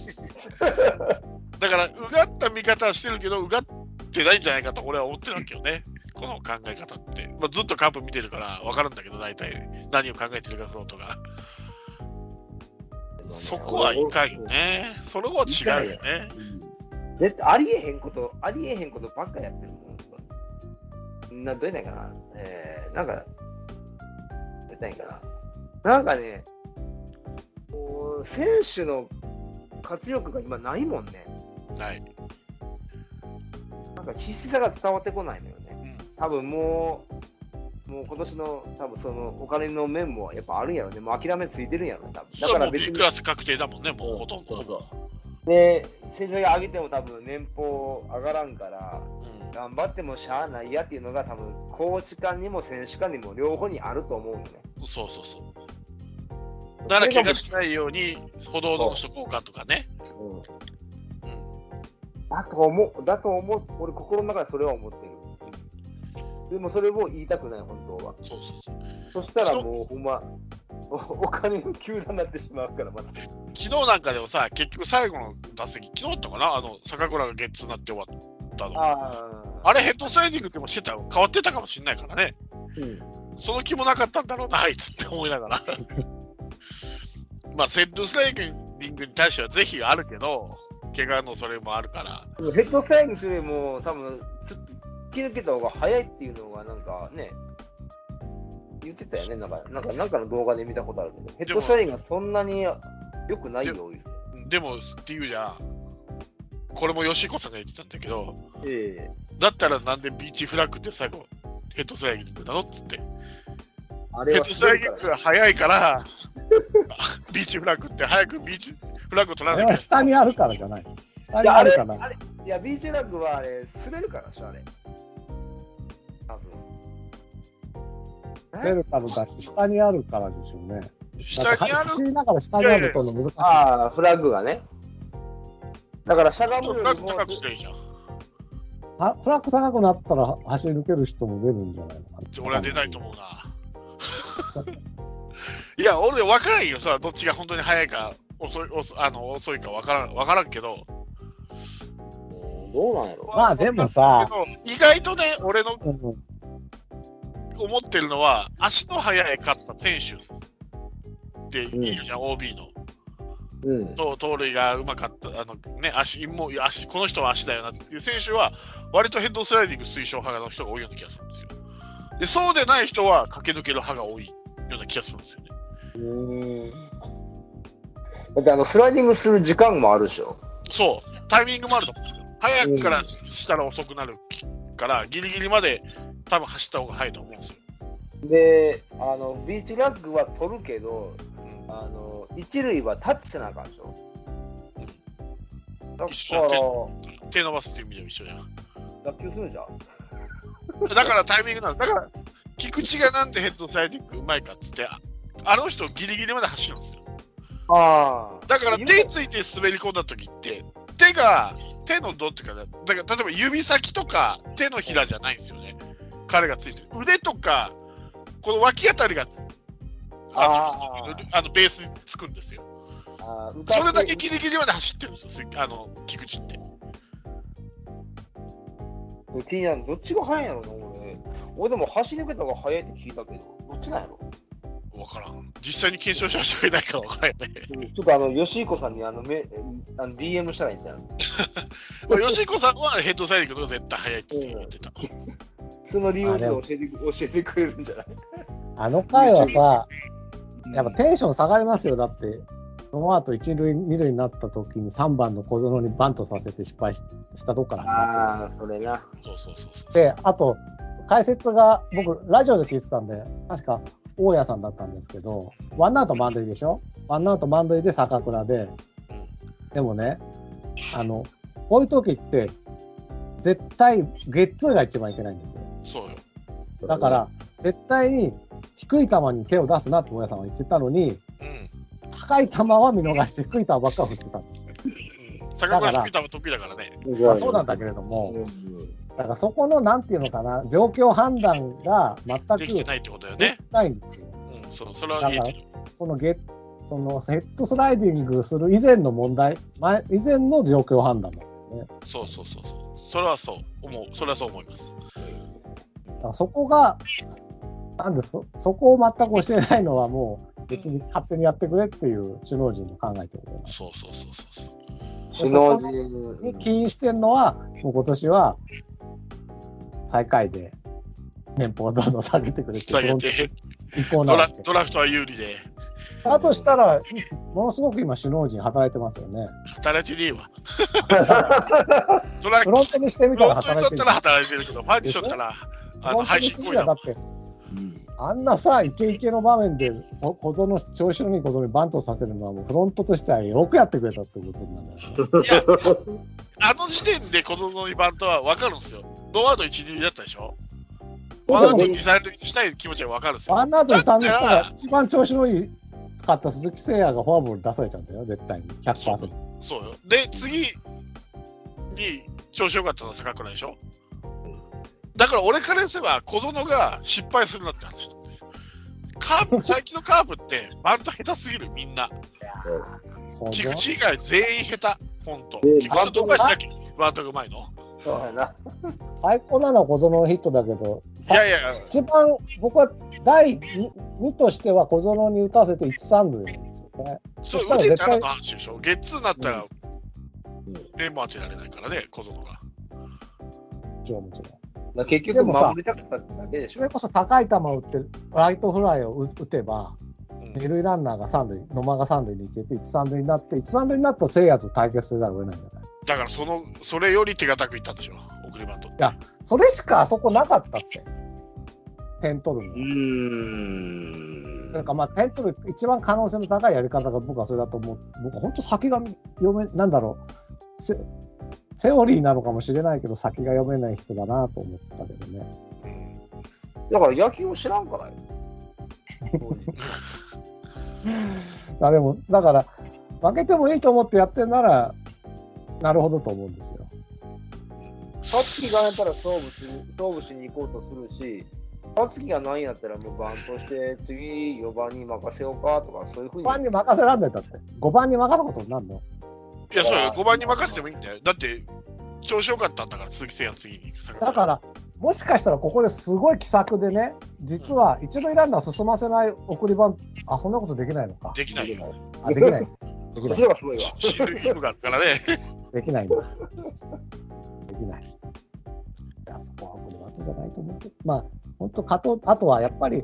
だからうがった見方はしてるけど、うがってないんじゃないかと俺は思ってるわけよね、この考え方って。ずっとカープ見てるから分かるんだけど、大体何を考えてるかフロントが。そこはいかんよね。それは違うよね。 絶対ありえへんことばっかりやってるもん。どうやないかな。なんか、どうやないかな。なんかね、選手の活力が今ないもんね。 ない。 なんか必死さが伝わってこないのよね。多分もう今年の多分そのお金の面もやっぱあるんやろね。もう諦めついてるんやろね、多分。 だから別に B クラス確定だもんね、もうほとんど。 で、成績上げても多分年俸上がらんから、頑張ってもしゃあないやっていうのが多分コーチ間にも選手間にも両方にあると思うのね。 そう。だから怪我しないように歩道のしとこうかとかね。 だと思う。俺心の中でそれは思ってる。でもそれも言いたくない、本当は。そしたらもうほんまお金の球団になってしまうから、また。 昨日なんかでもさ、結局最後の打席、昨日だったかな、坂倉がゲッツーになって終わったの。あれヘッドスライディングってもしてた、変わってたかもしれないからね。その気もなかったんだろうな、あいつって思いながら。ヘッドスライディングに対しては是非があるけど、怪我のそれもあるから。 ヘッドスライディングするよりも、多分ちょっと切り抜けた方が早いっていうのがなんかね、言ってたよね。なんかの動画で見たことあるけど、ヘッドスライディングがそんなに良くないよ。 でもっていうじゃん、これも吉彦さんが言ってたんだけど、だったらなんでビーチフラッグって最後ヘッドスライディングなのっつって、ヘッドスライディングが早いからビーチフラッグって早くビーチフラッグを取らないから。 下にあるからじゃない。下にあるから。 いや、ビーチフラッグはあれ滑るからでしょ、あれ。 出るからだし、下にあるからでしょうね。 下にある。 走りながら下にあるとの難しい。 フラッグがね。だからしゃがむよりも。 フラッグ高くしていいじゃん。 トラック高くなったら走り抜ける人も出るんじゃないのかな。 俺は出ないと思うな。いや、俺分からんよ、どっちが本当に速いか遅いか分からんけど。 どうなんやろ。 まあでもさ、 意外とね、俺の思ってるのは、足の速かった選手っているじゃん、OB の。盗塁がうまかった、足、この人は足だよなっていう選手は、割とヘッドスライディング推奨派の人が多いような気がするんですよ。で、そうでない人は駆け抜ける派が多いような気がするんですよね。 だってスライディングする時間もあるでしょ。そう、 タイミングもあると思うんですよ。早くからしたら遅くなるから、ギリギリまで多分走った方が早いと思うんですよ。 で、ビーチラッグは取るけど、一塁はタッチせなあかんでしょ。 一緒やん。手伸ばすっていう意味では一緒やん。 脱臼するじゃん。 だからタイミングなんだ。だから、菊池がなんでヘッドスライディングうまいかっつって、あの人ギリギリまで走るんですよ。だから手ついて滑り込んだ時って、手のどっていうか、だから例えば指先とか手のひらじゃないんですよね。彼がついてる。腕とか、この脇あたりがベースにつくんですよ。それだけギリギリまで走ってるんですよ、菊池って。 気になる、どっちが速いんやろな、俺でも走り抜けた方が速いって聞いたけど、どっちなんやろ。 分からん。実際に検証した人がいないから分からんね。 ちょっと吉彦さんにDM したらいいんじゃん。 吉彦さんはヘッドスライディングが絶対速いって言ってた。 その理由を教えてくれるんじゃない。 あの回はさ、やっぱテンション下がりますよ。だって、その後1塁、2塁になった時に3番の小園にバントさせて失敗したとこから始まって。 それな。 そう。 で、あと、解説が、僕、ラジオで聞いてたんで、確か、大家さんだったんですけど、ワンアウト満塁でしょ？ワンアウト満塁で坂倉で、でもね、こういう時って、絶対、ゲッツーが一番いけないんですよ。 そうよ。 だから、絶対に低い球に手を出すなって大家さんは言ってたのに、高い球は見逃して低い球ばっかり振ってた。 坂倉低い球得意だからね。 そうなんだけれども、だからそこのなんていうのかな、状況判断が全くできてないってことだよね。 ないんですよ。 それは言えてる。 そのヘッドスライディングする以前の問題、以前の状況判断だよね。 そう。それはそう思います。 だからそこが、なんでそこを全く教えないのはもう別に勝手にやってくれっていう首脳陣の考えてる。 そう。 首脳陣に起因してるのは、もう今年は最下位で年俸をどんどん下げてくれて、 ドラフトは有利で。 だとしたら、ものすごく今、首脳陣働いてますよね。 働いてねえわ。 フロントにしてみたら働いてる。働いてるけど、ファンにしとったら、配信行為だもん。 あんなさ、イケイケの場面で、調子のいい小園にバントさせるのは、もうフロントとしてはよくやってくれたってことになるんだよね。 いや、あの時点で小園にバントは分かるんですよ。ノーアウト1、2塁だったでしょ。ワンアウト2、3塁にしたい気持ちが分かるんですよ。 ワンアウト2、3塁したら、一番調子のいいかった鈴木誠也がフォアボール出されちゃうんだよ、絶対に。100%。 そうよ。で、次に調子良かったのは坂倉でしょ。だから俺からすれば小園が失敗するなって話なんですよ。最近のカープってバント下手すぎる、みんな。菊池以外全員下手、ほんと。菊池どこかしなきゃバントがうまいの。 そうやな。 最高なのは小園のヒットだけど、 いや一番僕は第 2としては小園に打たせて1、3塁ですよね。 そう、打てたらの話でしょ。ゲッツーになったら、メンバー当てられないからね、小園が。 もちろん。 結局守りたかっただけでしょ。 それこそ高い球を打ってライトフライを打てば、二塁ランナーが3塁、野間が3塁に行けて、1、3塁になって、1、3塁になったら聖夜と対決せざるを得ないんじゃない。 だからそれより手堅くいったんでしょ、送りバント。いや、それしかあそこなかったって。点取るの。なんか点取る一番可能性の高いやり方が僕はそれだと思う。僕は本当先がなんだろう。セオリーなのかもしれないけど、先が読めない人だなと思ったけどね。 だから野球を知らんからよ。 でも、だから、負けてもいいと思ってやってんなら、なるほどと思うんですよ。 勝木がやったら勝負しに行こうとするし、勝木がないんやったらもうバントして次4番に任せようかとかそういうふうに。 5番に任せらんないんだって。5番に任すことになるの？ いや、そうよ。5番に任せてもいいんだよ。だって調子良かったんだから鈴木誠也の次に。 だからもしかしたらここですごい奇策でね、実は一塁ランナー進ませない送りバント、そんなことできないのか。 できないよ。 できない。できない。 それはすごいわ。 シールヒムがあるからね。 できないんだ。できない。いや、そこは送りバントじゃないと思うけど、まあ本当あとはやっぱり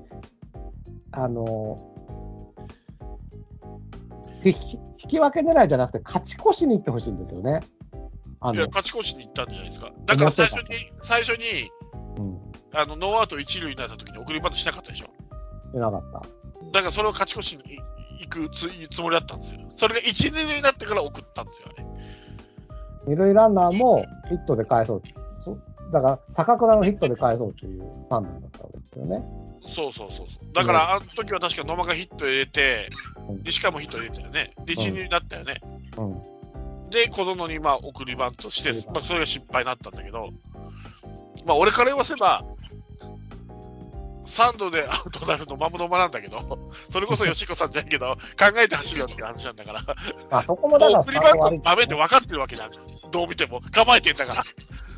引き分け狙いじゃなくて勝ち越しに行ってほしいんですよね。 いや、勝ち越しに行ったんじゃないですか。だから最初に、ノーアウト一塁になった時に送りバントしなかったでしょ。 しなかった。 だからそれを勝ち越しに行くつもりだったんですよ。それが一塁になってから送ったんですよね。 二塁ランナーもヒットで返そう。だから坂倉のヒットで返そうっていう判断だったわけですよね。 そう。だからあの時は確か野間がヒット入れて、西川もヒット入れてたよね。で一塁になったよね。で小園に送りバントして、それが失敗になったんだけど、俺から言わせば3度でアウトになるのまむのまなんだけど、それこそ吉子さんじゃないけど考えて走るよっていう話なんだから、 そこもだから送りバントのダメって分かってるわけじゃん。どう見ても構えてんだから。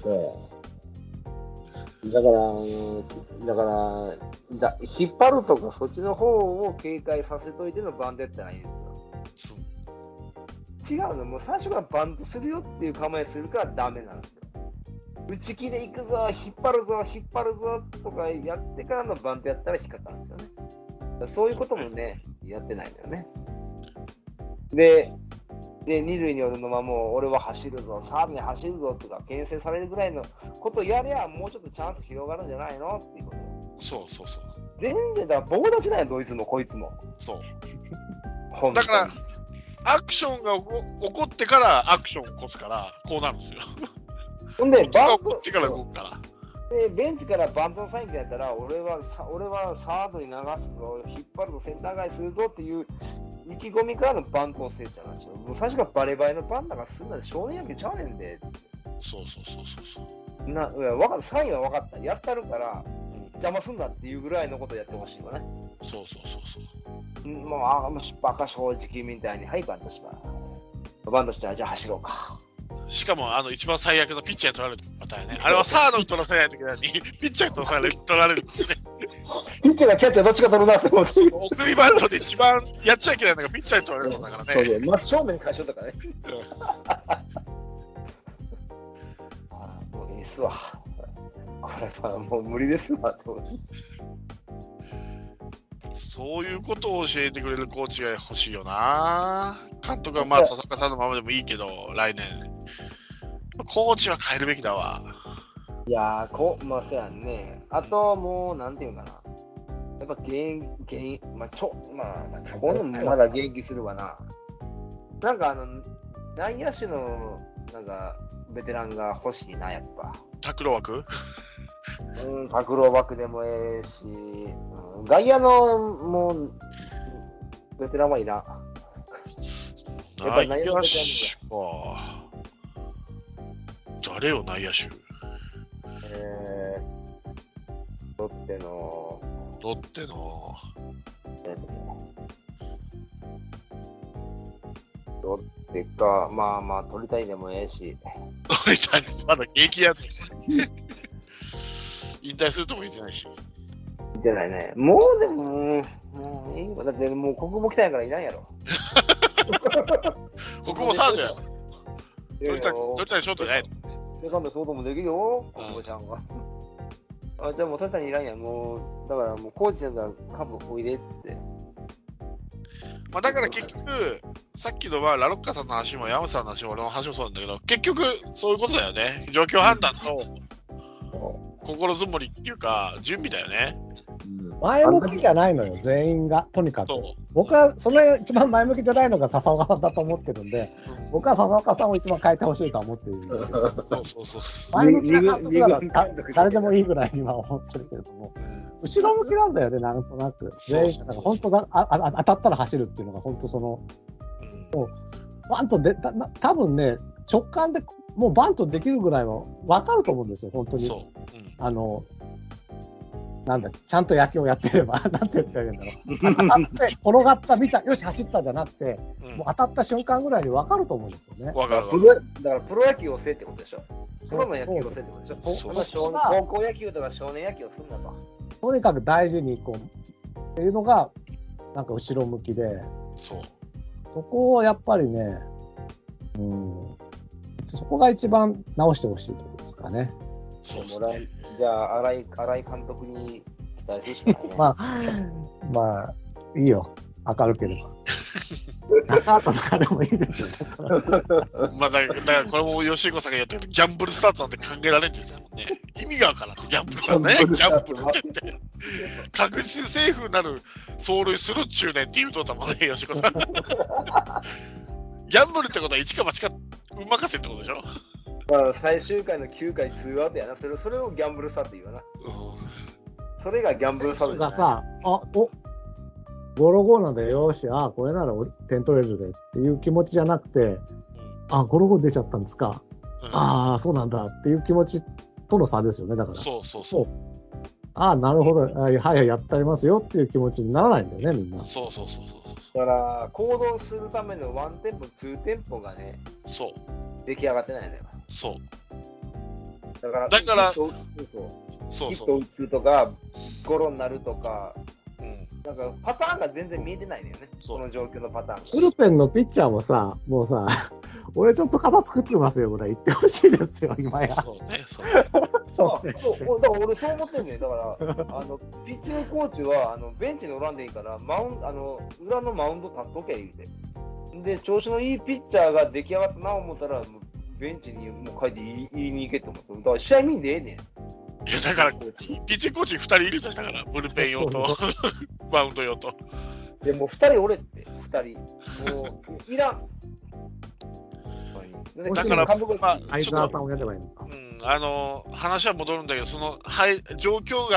だから引っ張るとかそっちの方を警戒させといてのバントってないんですよ。違うの、もう最初からバントするよっていう構えするからダメなんですよ。打ち気で行くぞ、引っ張るぞとかやってからのバントやったら引っかかるんですよね。そういうこともね、やってないんだよね。で、二塁におるのはもう俺は走るぞ、サードに走るぞとか牽制されるぐらいのことをやりゃもうちょっとチャンス広がるんじゃないのっていうこと。 そう。 全然だ、棒立ちなんや、どいつもこいつも。 そう。だからアクションが起こってからアクションを起こすからこうなるんですよ。 ほんでバントが起こってから動くから。 でベンチからバントのサインやったら俺はサードに流すぞ、引っ張るぞ、センター返しするぞっていう意気込みからのバントのせいじゃないですよ。もう最初からバレバレのバントがすんなで少年野球ちゃうねんで。 そう。 いや分かった、サインは分かった、やったるから邪魔すんなっていうぐらいのことをやってほしいわね。 そう。 もうバカ正直みたいに、はい、バントします。バントしたらじゃあ走ろうか。 しかも一番最悪のピッチャーに取られるパターンね。あれはサードに取らせないといけないのにピッチャーに取られるんですね。 ピッチャーがキャッチャーどっちか取るなって思って。 送りバントで一番やっちゃいけないのがピッチャーに取られるんだからね。 そう真正面に返しよったからね。もういいっすわ。これはもう無理ですわと思って。 そういうことを教えてくれるコーチが欲しいよな。監督は佐々岡さんのままでもいいけど、来年コーチは変えるべきだわ。 いやそうやんね。あともうなんていうかな、やっぱこのまだ現役するわな。なんか内野手のなんかベテランが欲しいな、やっぱ。 拓郎枠？ 拓郎枠でもええし、外野のもうベテランはいいな。 内野手は誰よ、内野手。 ロッテのロッテか、取りたいでもええし。 取りたい、まだ現役やって引退するとも言ってないし。 言ってないね。もうでもいいわ。だってもう国母来たんやからいないやろ。 国母サードやろ。取りたいショートじゃないの。 セカンドショートもできるよ、国母ちゃんが。じゃあもう鳥谷いらんやん。もうだからもうコーチなんだから株おいでって。 だから結局さっきのラロッカさんの話も山本さんの話も俺の話もそうなんだけど、結局そういうことだよね。状況判断と心づもりっていうか準備だよね。 前向きじゃないのよ、全員が。とにかく僕はその一番前向きじゃないのが笹岡さんだと思ってるんで、僕は笹岡さんを一番変えてほしいとは思っているんですけど、前向きな監督なら誰でもいいぐらいには思ってるけれども、後ろ向きなんだよね、なんとなく。全員本当だ、当たったら走るっていうのが本当その、もうワンとで多分ね、直感でもうバントできるぐらいは分かると思うんですよ、本当に。 そう。 なんだ、ちゃんと野球をやってれば、なんて言ったらいいんだろう。当たって、転がった、見た、よし、走ったじゃなくて、もう当たった瞬間ぐらいに分かると思うんですよね。 分かる。 だからプロ野球をせえってことでしょ。プロの野球をせえってことでしょ。高校野球とか少年野球をすんなと。 とにかく大事にいこうっていうのが、なんか後ろ向きで、 そこをやっぱりね、そこが一番直してほしいところですかね。 そうですね。 じゃあ、新井監督に期待するしかないね。 まあ、いいよ。明るければ。中畑とかでもいいですよ。 まあだからこれも吉彦さんが言ったけど、ギャンブルスタートなんて考えられんって言ったもんね。意味がわからんって、ギャンブルさんね。ギャンブルって言って。確実にセーフになる走塁するっちゅうねんって言うとったもんね、吉彦さん。ギャンブルってことは一か八か運任せってことでしょ。 まあ、最終回の9回ツーアウトやな。それをギャンブルスタート言うよな。それがギャンブルスタートがさ、ゴロゴロなんでよし、これなら点取れるでっていう気持ちじゃなくて、ゴロゴロ出ちゃったんですか。そうなんだっていう気持ちとの差ですよね、だから。 そう。 なるほど、はい、やってありますよっていう気持ちにならないんだよね、みんな。 そう。 だから、行動するためのワンテンポ、ツーテンポがね、出来上がってないんだよ。 そう。 だから、ヒット打つとか、ゴロになるとか、なんかパターンが全然見えてないんだよね、この状況のパターン。 ブルペンのピッチャーもさ、もうさ、俺ちょっと肩作ってますよぐらい言ってほしいですよ、今や。 そうね。 だから俺そう思ってんね。だから、ピッチングコーチはベンチにおらんでいいから、裏のマウンド立っとけ言うて。で、調子のいいピッチャーが出来上がったな思ったら、ベンチにもう書いて言いに行けって思って。だから試合見んでええねん。 いやだから、ピッチングコーチ2人いるじゃん、だから、ブルペン用とマウンド用と。 でもう2人おれって、2人。もういらん。 だから、 相沢さんをやればいいのか。 話は戻るんだけど、その状況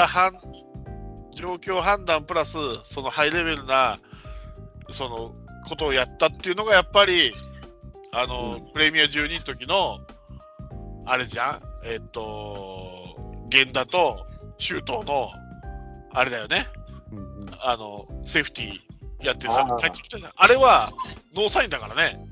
判断プラス、そのハイレベルなそのことをやったっていうのが、やっぱり、プレミア12の時の、あれじゃん、源田と周東の、あれだよね、セーフティーやってさ、帰ってきたじゃん。あれはノーサインだからね。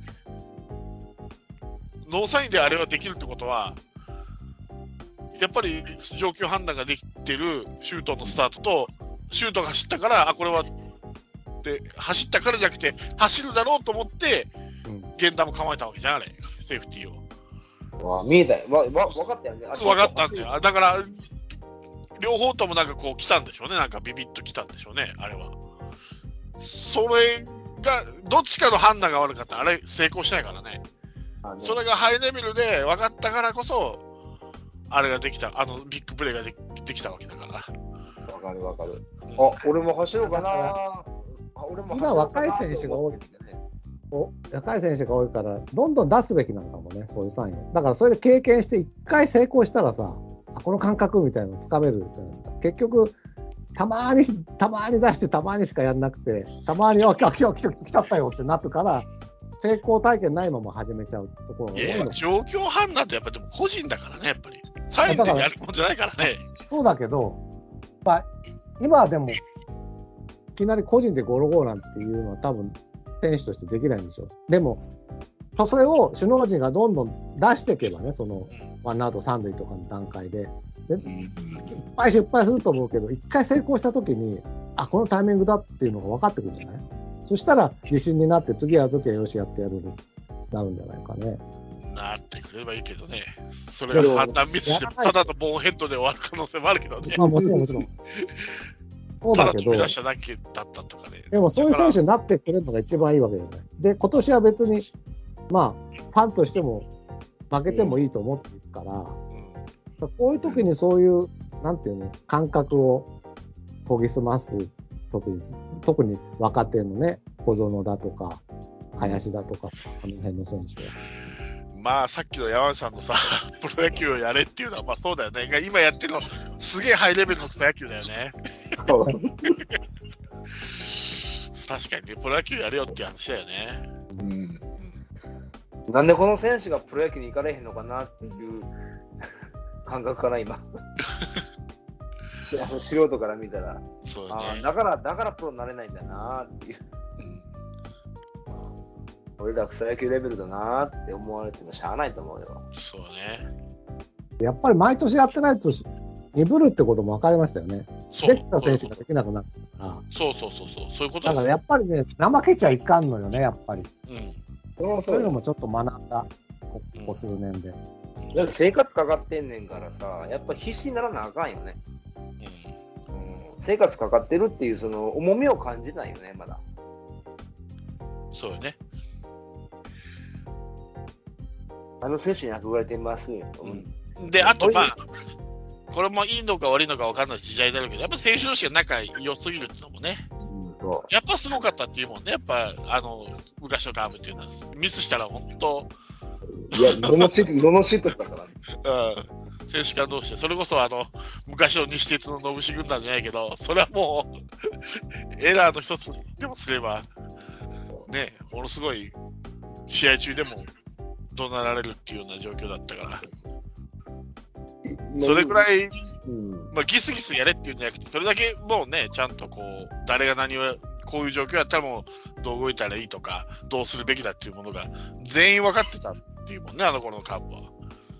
ノーサインであれはできるってことは、やっぱり状況判断ができてる周東のスタートと、周東が走ったから、これはで走ったからじゃなくて、走るだろうと思って、源田も構えたわけじゃん、あれ、セーフティーを。 見えたよ、分かったよね。 分かったんだよ。だから、両方ともなんかこう来たんでしょうね、なんかビビッと来たんでしょうね、あれは。それが、どっちかの判断が悪かったら、あれ、成功しないからね。それがハイレベルで分かったからこそ、あれができた、ビッグプレーが できたわけだから。 分かる。俺も走ろうかな。 今、若い選手が多い。若い選手が多いから、どんどん出すべきなのかもね、そういうサインを。だから、それで経験して、1回成功したらさ、この感覚みたいなのをつかめるじゃないですか。結局、たまに出して、たまにしかやんなくて、たまに、今日来ちゃったよってなってから、成功体験ないまま始めちゃうところが多いの。 状況判断ってやっぱでも個人だからね、やっぱり。サインでやるもんじゃないからね。 そうだけど、今はでも、いきなり個人でゴロゴロなんていうのは多分、選手としてできないんでしょ。でも、それを首脳陣がどんどん出していけばね、そのワンアウト三塁とかの段階で、いっぱい失敗すると思うけど、一回成功したときに、このタイミングだっていうのが分かってくるんじゃない？そしたら自信になって、次やるときはよしやってやるになるんじゃないかね。 なってくればいいけどね。それが判断ミスして、ただのボーンヘッドで終わる可能性もあるけどね。 もちろん。そうだけど、 ただ飛び出しただけだったとかね。 でもそういう選手になってくれるのが一番いいわけですね。で、今年は別に、ファンとしても負けてもいいと思っているから、こういう時にそういう、なんていうの、感覚を研ぎ澄ます時です。特に若手のね、小園だとか、林だとか、あの辺の選手は。 さっきの山内さんのさ、プロ野球をやれっていうのは、そうだよね。今やってるの、すげえハイレベルの草野球だよね。確かにね、プロ野球やれよっていう話だよね。 なんでこの選手がプロ野球に行かれへんのかなっていう感覚かな、今。素人から見たら。 そうね。 だからプロになれないんだなっていう。俺ら草野球レベルだなって思われてもしゃあないと思うよ。 そうね。 やっぱり毎年やってないと鈍るってことも分かりましたよね。できた選手ができなくなったから。 そういうことですよ。 だからやっぱりね、怠けちゃいかんのよね、やっぱり。そういうのもちょっと学んだ、ここ数年で。 だって生活かかってんねんからさ、やっぱ必死にならなあかんよね。生活かかってるっていうその重みを感じないよね、まだ。 そうよね。 あの選手に憧れてますよ。 で、あとこれもいいのか悪いのか分かんない時代だろうけど、やっぱ選手同士が仲良すぎるっていうのもね、やっぱすごかったっていうもんね、やっぱ昔のカーブっていうのは、ミスしたら本当、 いや、どのシートだからね。 選手間同士で、それこそ昔の西鉄の信志軍団じゃないけど、それはもう、エラーの一つでもすれば、ね、ものすごい試合中でも怒鳴られるっていうような状況だったから。それぐらい、ギスギスやれっていうんじゃなくて、それだけもうね、ちゃんとこう、誰が何を、こういう状況やったらもう、どう動いたらいいとか、どうするべきだっていうものが、全員分かってたっていうもんね、あの頃のカープは。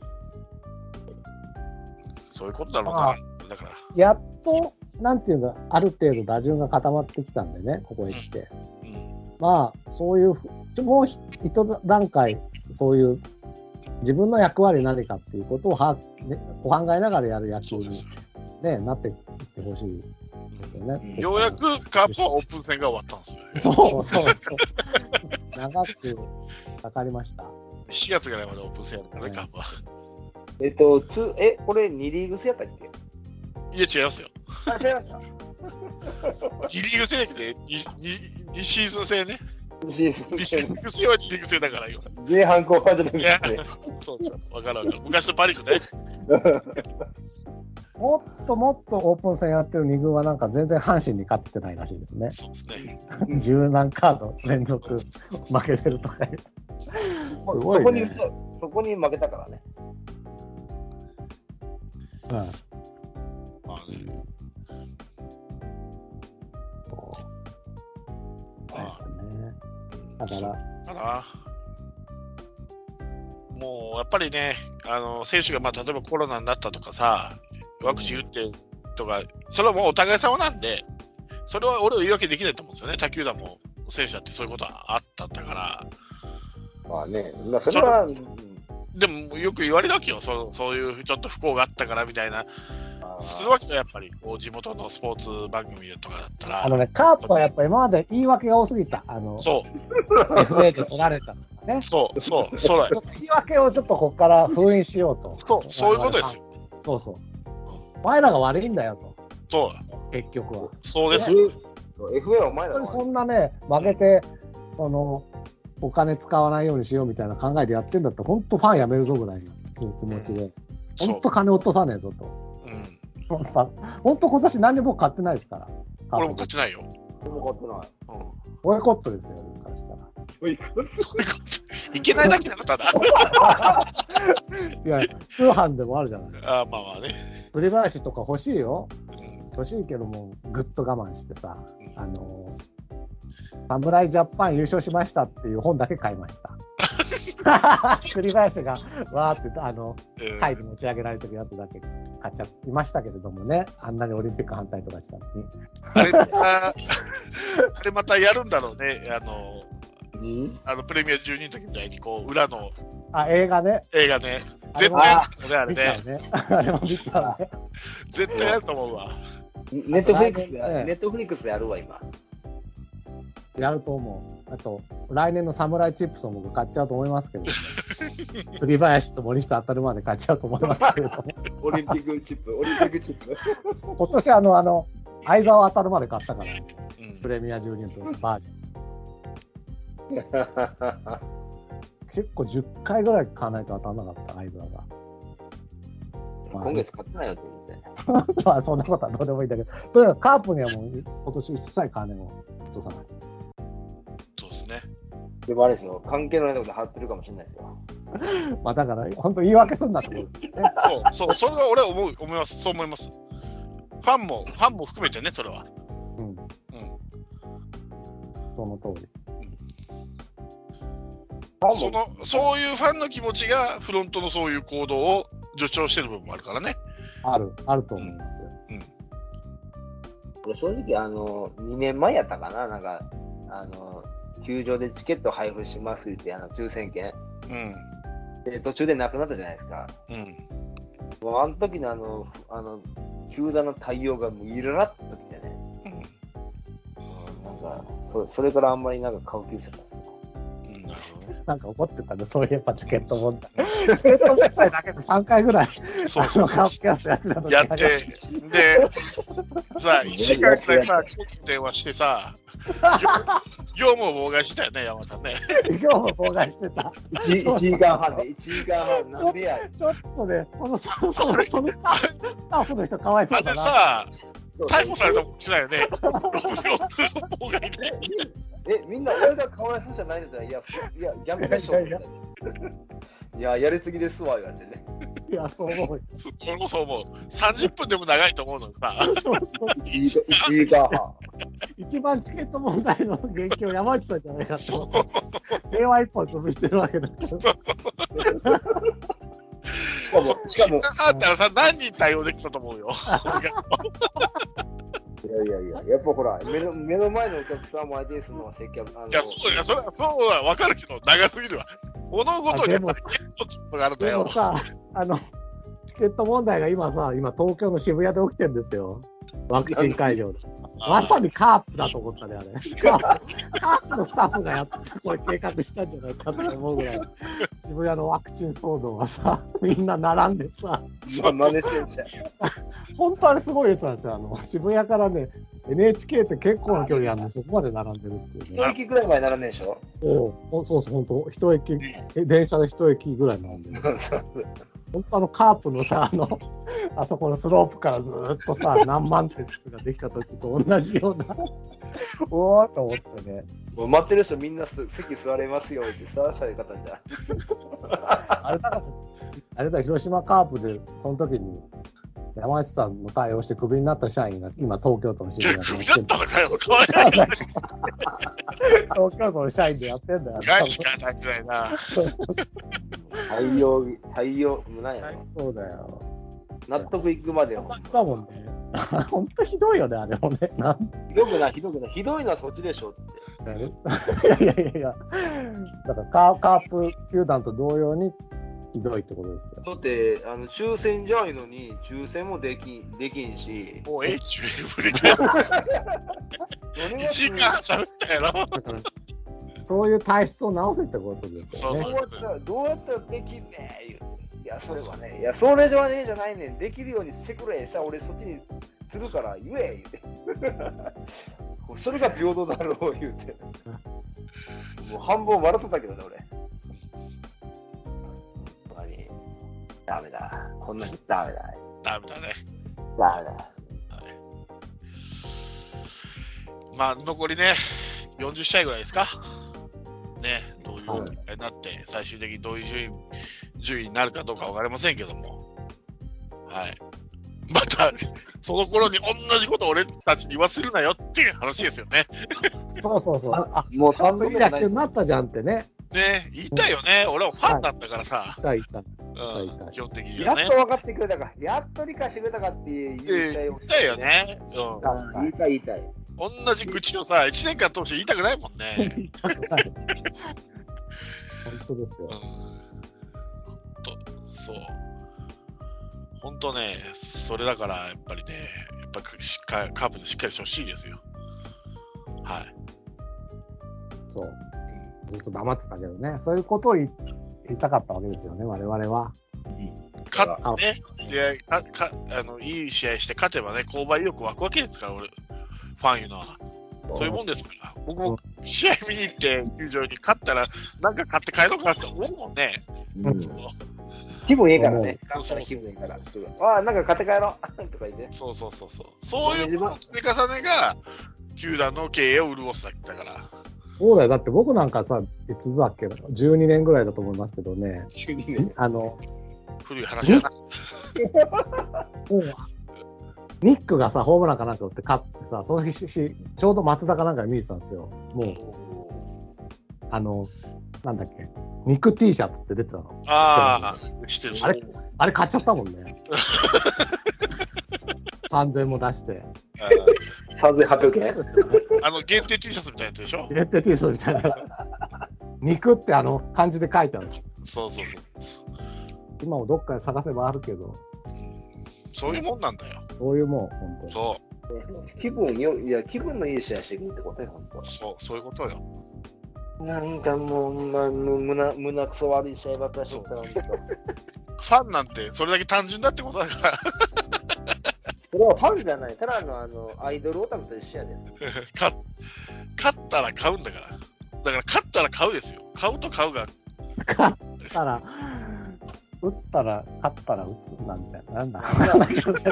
そういうことだろうな、だから。 やっと、なんていうか、ある程度打順が固まってきたんでね、ここへ来て。そういう、もう一段階、そういう、自分の役割何かっていうことを考えながらやる野球に、なっていってほしいですよね。 ようやくカープはオープン戦が終わったんですよ。 そう。長くかかりました。 4月ぐらいまでオープン戦やるからね、カープは。 これ2リーグ制やったっけ？ いや、違いますよ。 違いました。 2リーグ制で2シーズン制ね。2リーグ制は2リーグ制だからよ。 前半後半じゃなくて。 そう、わかる。昔のパリックね。 もっとオープン戦やってる2軍はなんか全然阪神に勝ってないらしいですね。 そうですね。 十何カード連続負けてるとか言うと。すごいね。 そこに負けたからね。 ですね。だからもうやっぱりね、選手が例えばコロナになったとかさ、ワクチン打ってとか、それはもうお互い様なんで、それは俺は言い訳できないと思うんですよね。他球団も選手だってそういうことはあったんだから。 まあね、それは。 でもよく言われるわけよ、そういうちょっと不幸があったからみたいな。するわけよ、やっぱりこう地元のスポーツ番組とかだったら。 カープはやっぱり今まで言い訳が多すぎた。 そう。 FA で取られたとかね。 そうだよ。 言い訳をちょっとここから封印しようと。 そういうことですよ。 そう。お前らが悪いんだよと。 そう。 結局は。 そうですよ。 FA はお前らが悪い。 そんなね、負けて、お金使わないようにしようみたいな考えでやってんだったら、本当ファンやめるぞぐらいの気持ちで、本当金落とさねえぞと。本当今年何にも買ってないですから。 俺も買ってないよ。 俺も買ってない。 ボイコットですよ、俺からしたら。 いけないだけなの、ただ。 いや、通販でもあるじゃない。 まあね。 栗林とか欲しいよ。欲しいけども、ぐっと我慢してさ、侍ジャパン優勝しましたっていう本だけ買いました。栗林がわーって会で持ち上げられてるやつだけ買っちゃいましたけれどもね、あんなにオリンピック反対とかしたのに。 あれまたやるんだろうね、プレミア12の時みたいにこう裏の映画ね。 絶対やるよね、 あれも見ちゃうね。 絶対やると思うわ。 ネットフリックスでやるわ、今。 やると思う。あと、来年のサムライチップスを僕買っちゃうと思いますけど、栗林と森下当たるまで買っちゃうと思いますけれども。 オリンピックチップ。 今年相沢当たるまで買ったから、プレミア12のバージョン。結構10回ぐらい買わないと当たらなかった、相沢が。 今月買ってないよって言って。まあそんなことはどうでもいいんだけど、とにかくカープにはもう今年一切金を落とさない。 そうですね。 でもあれですよ、関係のないこと貼ってるかもしれないですよ。 まあだから、本当言い訳するんだと思う、ね。 そう、それは俺は思います、そう思います。ファンも含めてね、それは。 その通り。 そういうファンの気持ちがフロントのそういう行動を助長してる部分もあるからね。 あると思いますよ。 正直2年前やったかな、なんか球場でチケット配布しますって抽選券、で途中でなくなったじゃないですか。もうあの時の球団の対応がもうイラッときてね。なんかそれからあんまりなんか買う気がした。 なんか怒ってたね、そういえばチケット問題。チケット問題だけで3回ぐらい、カープキャストやってた時やって、で、さ、1時間くらいさ、電話してさ、業務を妨害したよね、山田ね。 業務妨害してた。 1時間半で、1時間半、なんでや。 ちょっとね、そのスタッフの人かわいそうだな。 さ、逮捕されたもんしないよね。妨害で。 みんな俺がかわいそうじゃないんだよ。いや、逆でしょ。いや、やりすぎですわ、言われてね。 いや、そう思う。 俺もそう思う。30分でも長いと思うのにさ。 1時間半。一番チケット問題の元気を山内さんじゃないかと思って。電話一本潰してるわけだから。 しかも、あったらさ、何人対応できたと思うよ。 いや、やっぱほら、目の前のお客さんも相手にするのは接客。 いや、そうは分かるけど、長すぎるわ。物事にやっぱり結構があるんだよ。 でもさ、チケット問題が今東京の渋谷で起きてるんですよ。ワクチン会場で。まさにカープだと思ったね、あれ。カープのスタッフがこれ計画したんじゃないかと思うぐらい、渋谷のワクチン騒動はさ、みんな並んでさ、 真似してんじゃん。 本当あれすごいやつなんですよ。渋谷からね、NHK って結構な距離あるんで、そこまで並んでるっていうね。 1駅ぐらい前並んでるでしょ。 そう、本当一駅、電車で1駅ぐらい並んでる。本当カープのさ、あそこのスロープからずっとさ、何万点ができた時と同じような、おーと思ってね。 もう待ってる人みんな席座れますよってさ、しゃべり方じゃあれだ、広島カープで、その時に、山内さんの対応してクビになった社員が今東京都の渋谷でやってる。クビだったのかよ、かわいない。 東京都の社員でやってんだよ。 ガチかなくらいな。 対応、なんやろ。 そうだよ。 納得いくまでよ。 だもんね。本当ひどいよね、あれもね。 ひどいのはそっちでしょって。 いや。だからカープ球団と同様にひどいってことですよ。 だって抽選じゃないのに抽選もできんし。 もう中無理だよ。1時間喋ったやろ。 だからそういう体質を直せってことですよね。 どうやったらできんねん。いや、それはね、いや、それじゃねえじゃないねん。できるようにしてくれ。さ、俺そっちにするから言え。言うて。それが平等だろう言うて。もう半分笑ってたけどね、俺。ダメだ。こんな人ダメだ。 ダメだね。 ダメだ。 はい、まあ、残りね、40試合ぐらいですか。ね、どういう結果になって、最終的にどういう順位になるかどうか分かりませんけども。はい。また、その頃に同じことを俺たちに言わせるなよっていう話ですよね。 そう。もう3分野球になったじゃんってね。 ね、言いたいよね。俺はファンなんだからさ。 言いたい。 基本的にはね。 やっと分かってくれたか、やっと理解してくれたかって言いたいよね。 言いたい。 同じ愚痴をさ、1年間通して言いたくないもんね。 言いたくない。本当ですよ。 そう。本当ね、それだからやっぱりね、カープでしっかりしてほしいですよ。はい。 そう。ずっと黙ってたけどね、そういうことを言いたかったわけですよね、我々は。 勝ってね、いい試合して勝てばね、購買意欲湧くわけですから、俺、ファンいうのは。そういうもんですから、僕も試合見に行って、球場に勝ったら、なんか買って帰ろうかなって思うもんね。 気分いいからね、気分いいから。ああ、なんか買って帰ろうとか言って。 そう。そういうものの積み重ねが、球団の経営を潤すだけだから。 そうだよ。だって僕なんかさ、いつだっけ、12年ぐらいだと思いますけどね。 12年。 古い話だな。 ニックがさ、ホームランかなんか打って勝ってさ、その日ちょうど松田かなんかで見てたんですよ。もう、なんだっけ、ニック T シャツって出てたの。 ああ、してる。 あれ買っちゃったもんね。3000円も出して。 3800円限定 T シャツみたいなやつでしょ。 限定 T シャツみたいな。肉って漢字で書いてあるんですよ。 そうそうそう。 今もどっかで探せばあるけど。 そういうもんなんだよ。 そういうもん、本当。 そう。 気分のいい試合していくってことよ、本当。 そういうことよ。 なんかもう、胸くそ悪い試合ばっかりしてたのに。ファンなんてそれだけ単純だってことだから。 それはファンじゃない。ただアイドルオタクと一緒やで。 勝ったら買うんだから。だから勝ったら買うですよ。買うと買うが。 勝ったら、打ったら、勝ったら打つなんみたいな。なんだ。勝ったら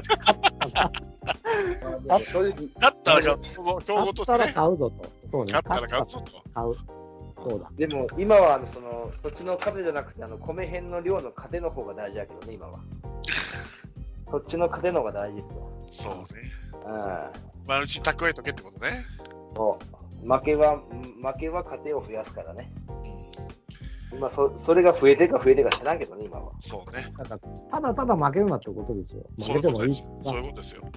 買う。競合としてね。勝ったら買うぞと。そうね。 勝ったら買うぞと。 買う。そうだ。 でも今はそっちの糧じゃなくて米辺の量の糧の方が大事だけどね、今は。そっちの糧の方が大事ですよ。 そうね。マルチ蓄えとけってことね。 そう。負けは糧を増やすからね。今それが増えてか知らんけどね、今は。 そうね。 ただただ負けるなってことですよ。負けてもいい。 そういうことですよ。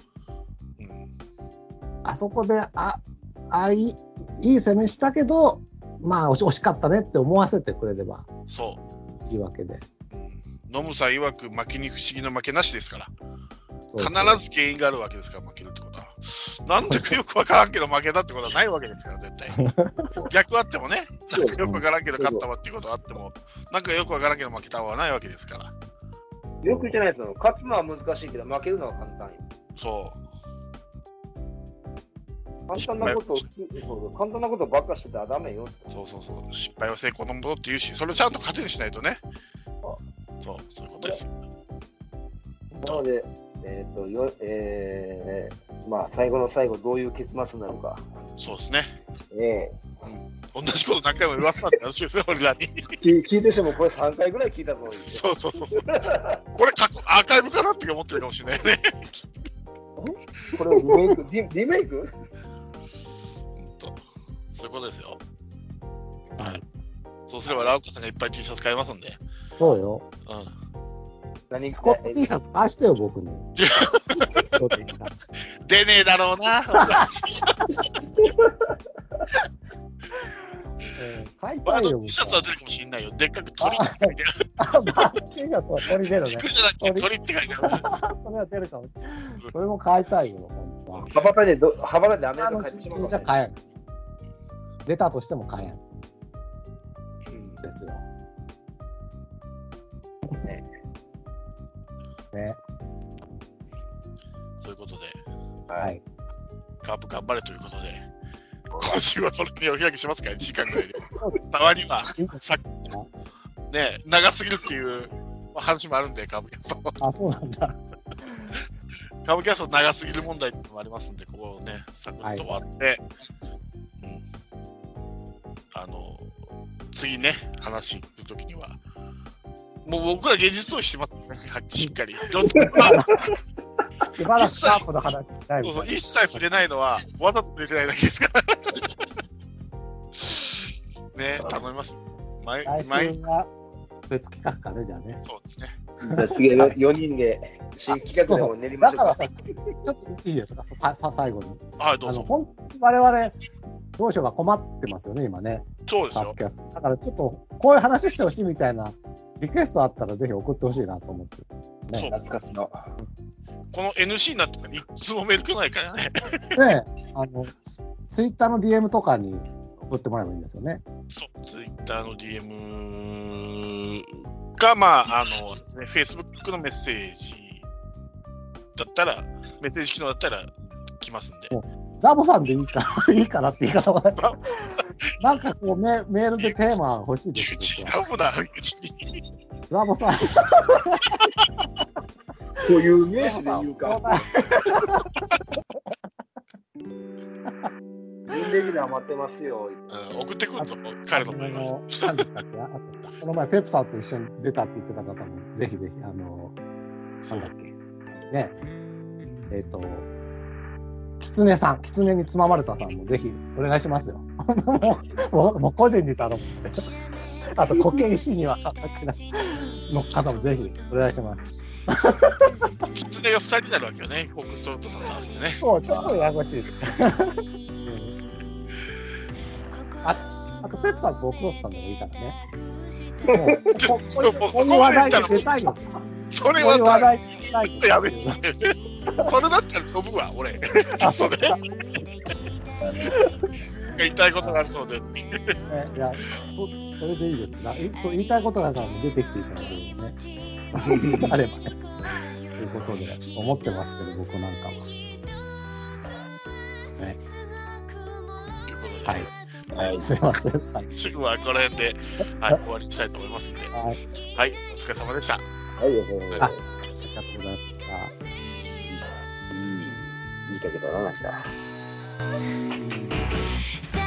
あそこでいい攻めしたけど、まあ惜しかったねって思わせてくれればいいわけで。 ノムさん曰く負けに不思議の負けなしですから。必ず原因があるわけですから、負けるってことは。なんでかよくわからんけど負けたってことはないわけですから、絶対。逆あってもね、なんかよくわからんけど勝ったわっていうことはあっても、なんかよくわからんけど負けたはないわけですから。 よくじゃないと、勝つのは難しいけど、負けるのは簡単よ。 そう。 簡単なことばっかしてたらダメよ。 そう。失敗は成功のものって言うし、それをちゃんと糧にしないとね。そういうことですよ。 なので、まあ、最後の最後、どういう結末なのか。 そうですね。同じこと何回も言わせたんだよ、俺らに。 聞いてしても、これ3回ぐらい聞いたと思う。 そう。これアーカイブかなって思ってるかもしれないね。 これリメイクそういうことですよ。はい。そうすればラウカさんがいっぱい T シャツ買えますんで。 そうよ。スコット T シャツ貸してよ、僕に。 出ねえだろうな。 買いたいよ。 T シャツは出るかもしれないよ。でっかく鳥って書いてある。 T シャツは鳥出るね。 菊じゃなくて鳥って書いてある。 それは出るかも。それも買いたいよ、本当は。 幅でアメリカ帰ってしまう。 じゃ買えん。出たとしても買えん。ですよ。ね。 そういうことで、 はい。 カープ頑張れということで、今週はこれにお開きしますか、1時間ぐらいで。たまには、ね、長すぎるっていう話もあるんで、カープキャスト。 あ、そうなんだ。 カープキャスト長すぎる問題もありますんで、ここをね、サクッと終わって、次ね、話するときには、もう僕ら現実逃避してますね、しっかり。 まだスタープの話ない。 そう一切触れないのは、わざと触れてないだけですから。ね、頼みます。 来週は別企画かね、じゃあね。 そうですね。 じゃあ次は4人で新企画でも練りましょうか。 だからさ、ちょっといいですか、最後に。 はい、どうぞ。 本当に我々、どうしようか困ってますよね、今ね。 そうですよ。 だからちょっと、こういう話してほしいみたいなリクエストあったらぜひ送ってほしいなと思って。 ね、 懐かしの。 この NC になってからいつもメール来ないからね。 ね、ツイッターの DM とかに送ってもらえばいいんですよね。 そう、ツイッターの DM が、まあ、Facebook のメッセージだったら、メッセージ機能だったら来ますんで。 ザボさんでいいかなって言い方はなんかこうメールでテーマ欲しいです。 違うな、うちに。 ザボさん。 こういう名詞で言うか。有名レギュラー待ってますよ。 送ってくるぞ、彼の前は。 何でしたっけ？この前、ペプさんと一緒に出たって言ってた方も、ぜひぜひ、なんだっけ。ね。キツネさん、キツネにつままれたさんもぜひお願いしますよ。もう個人に頼む。あと、固形石にはの方もぜひお願いします。 キツネが2人になるわけよね、フォークストロートさんなんですね。 そう、ちょっとややこしい。あと、ペプさんとオクロスさんでもいいからね。こういう話題で出たいの。 それは話題で出たいやべえ。それだったら飛ぶわ、俺。そうね。言いたいことがあるそうで。 いや、それでいいですな。そう言いたいことがあるから出てきていただけるね。あればね。ということで、思ってますけど、僕なんかは。ね。はい。はい、すいません。 次はこの辺で、はい、終わりにしたいと思いますんで。はい、はい、お疲れ様でした。 はい、ありがとうございました。 いい曲だな、なんか。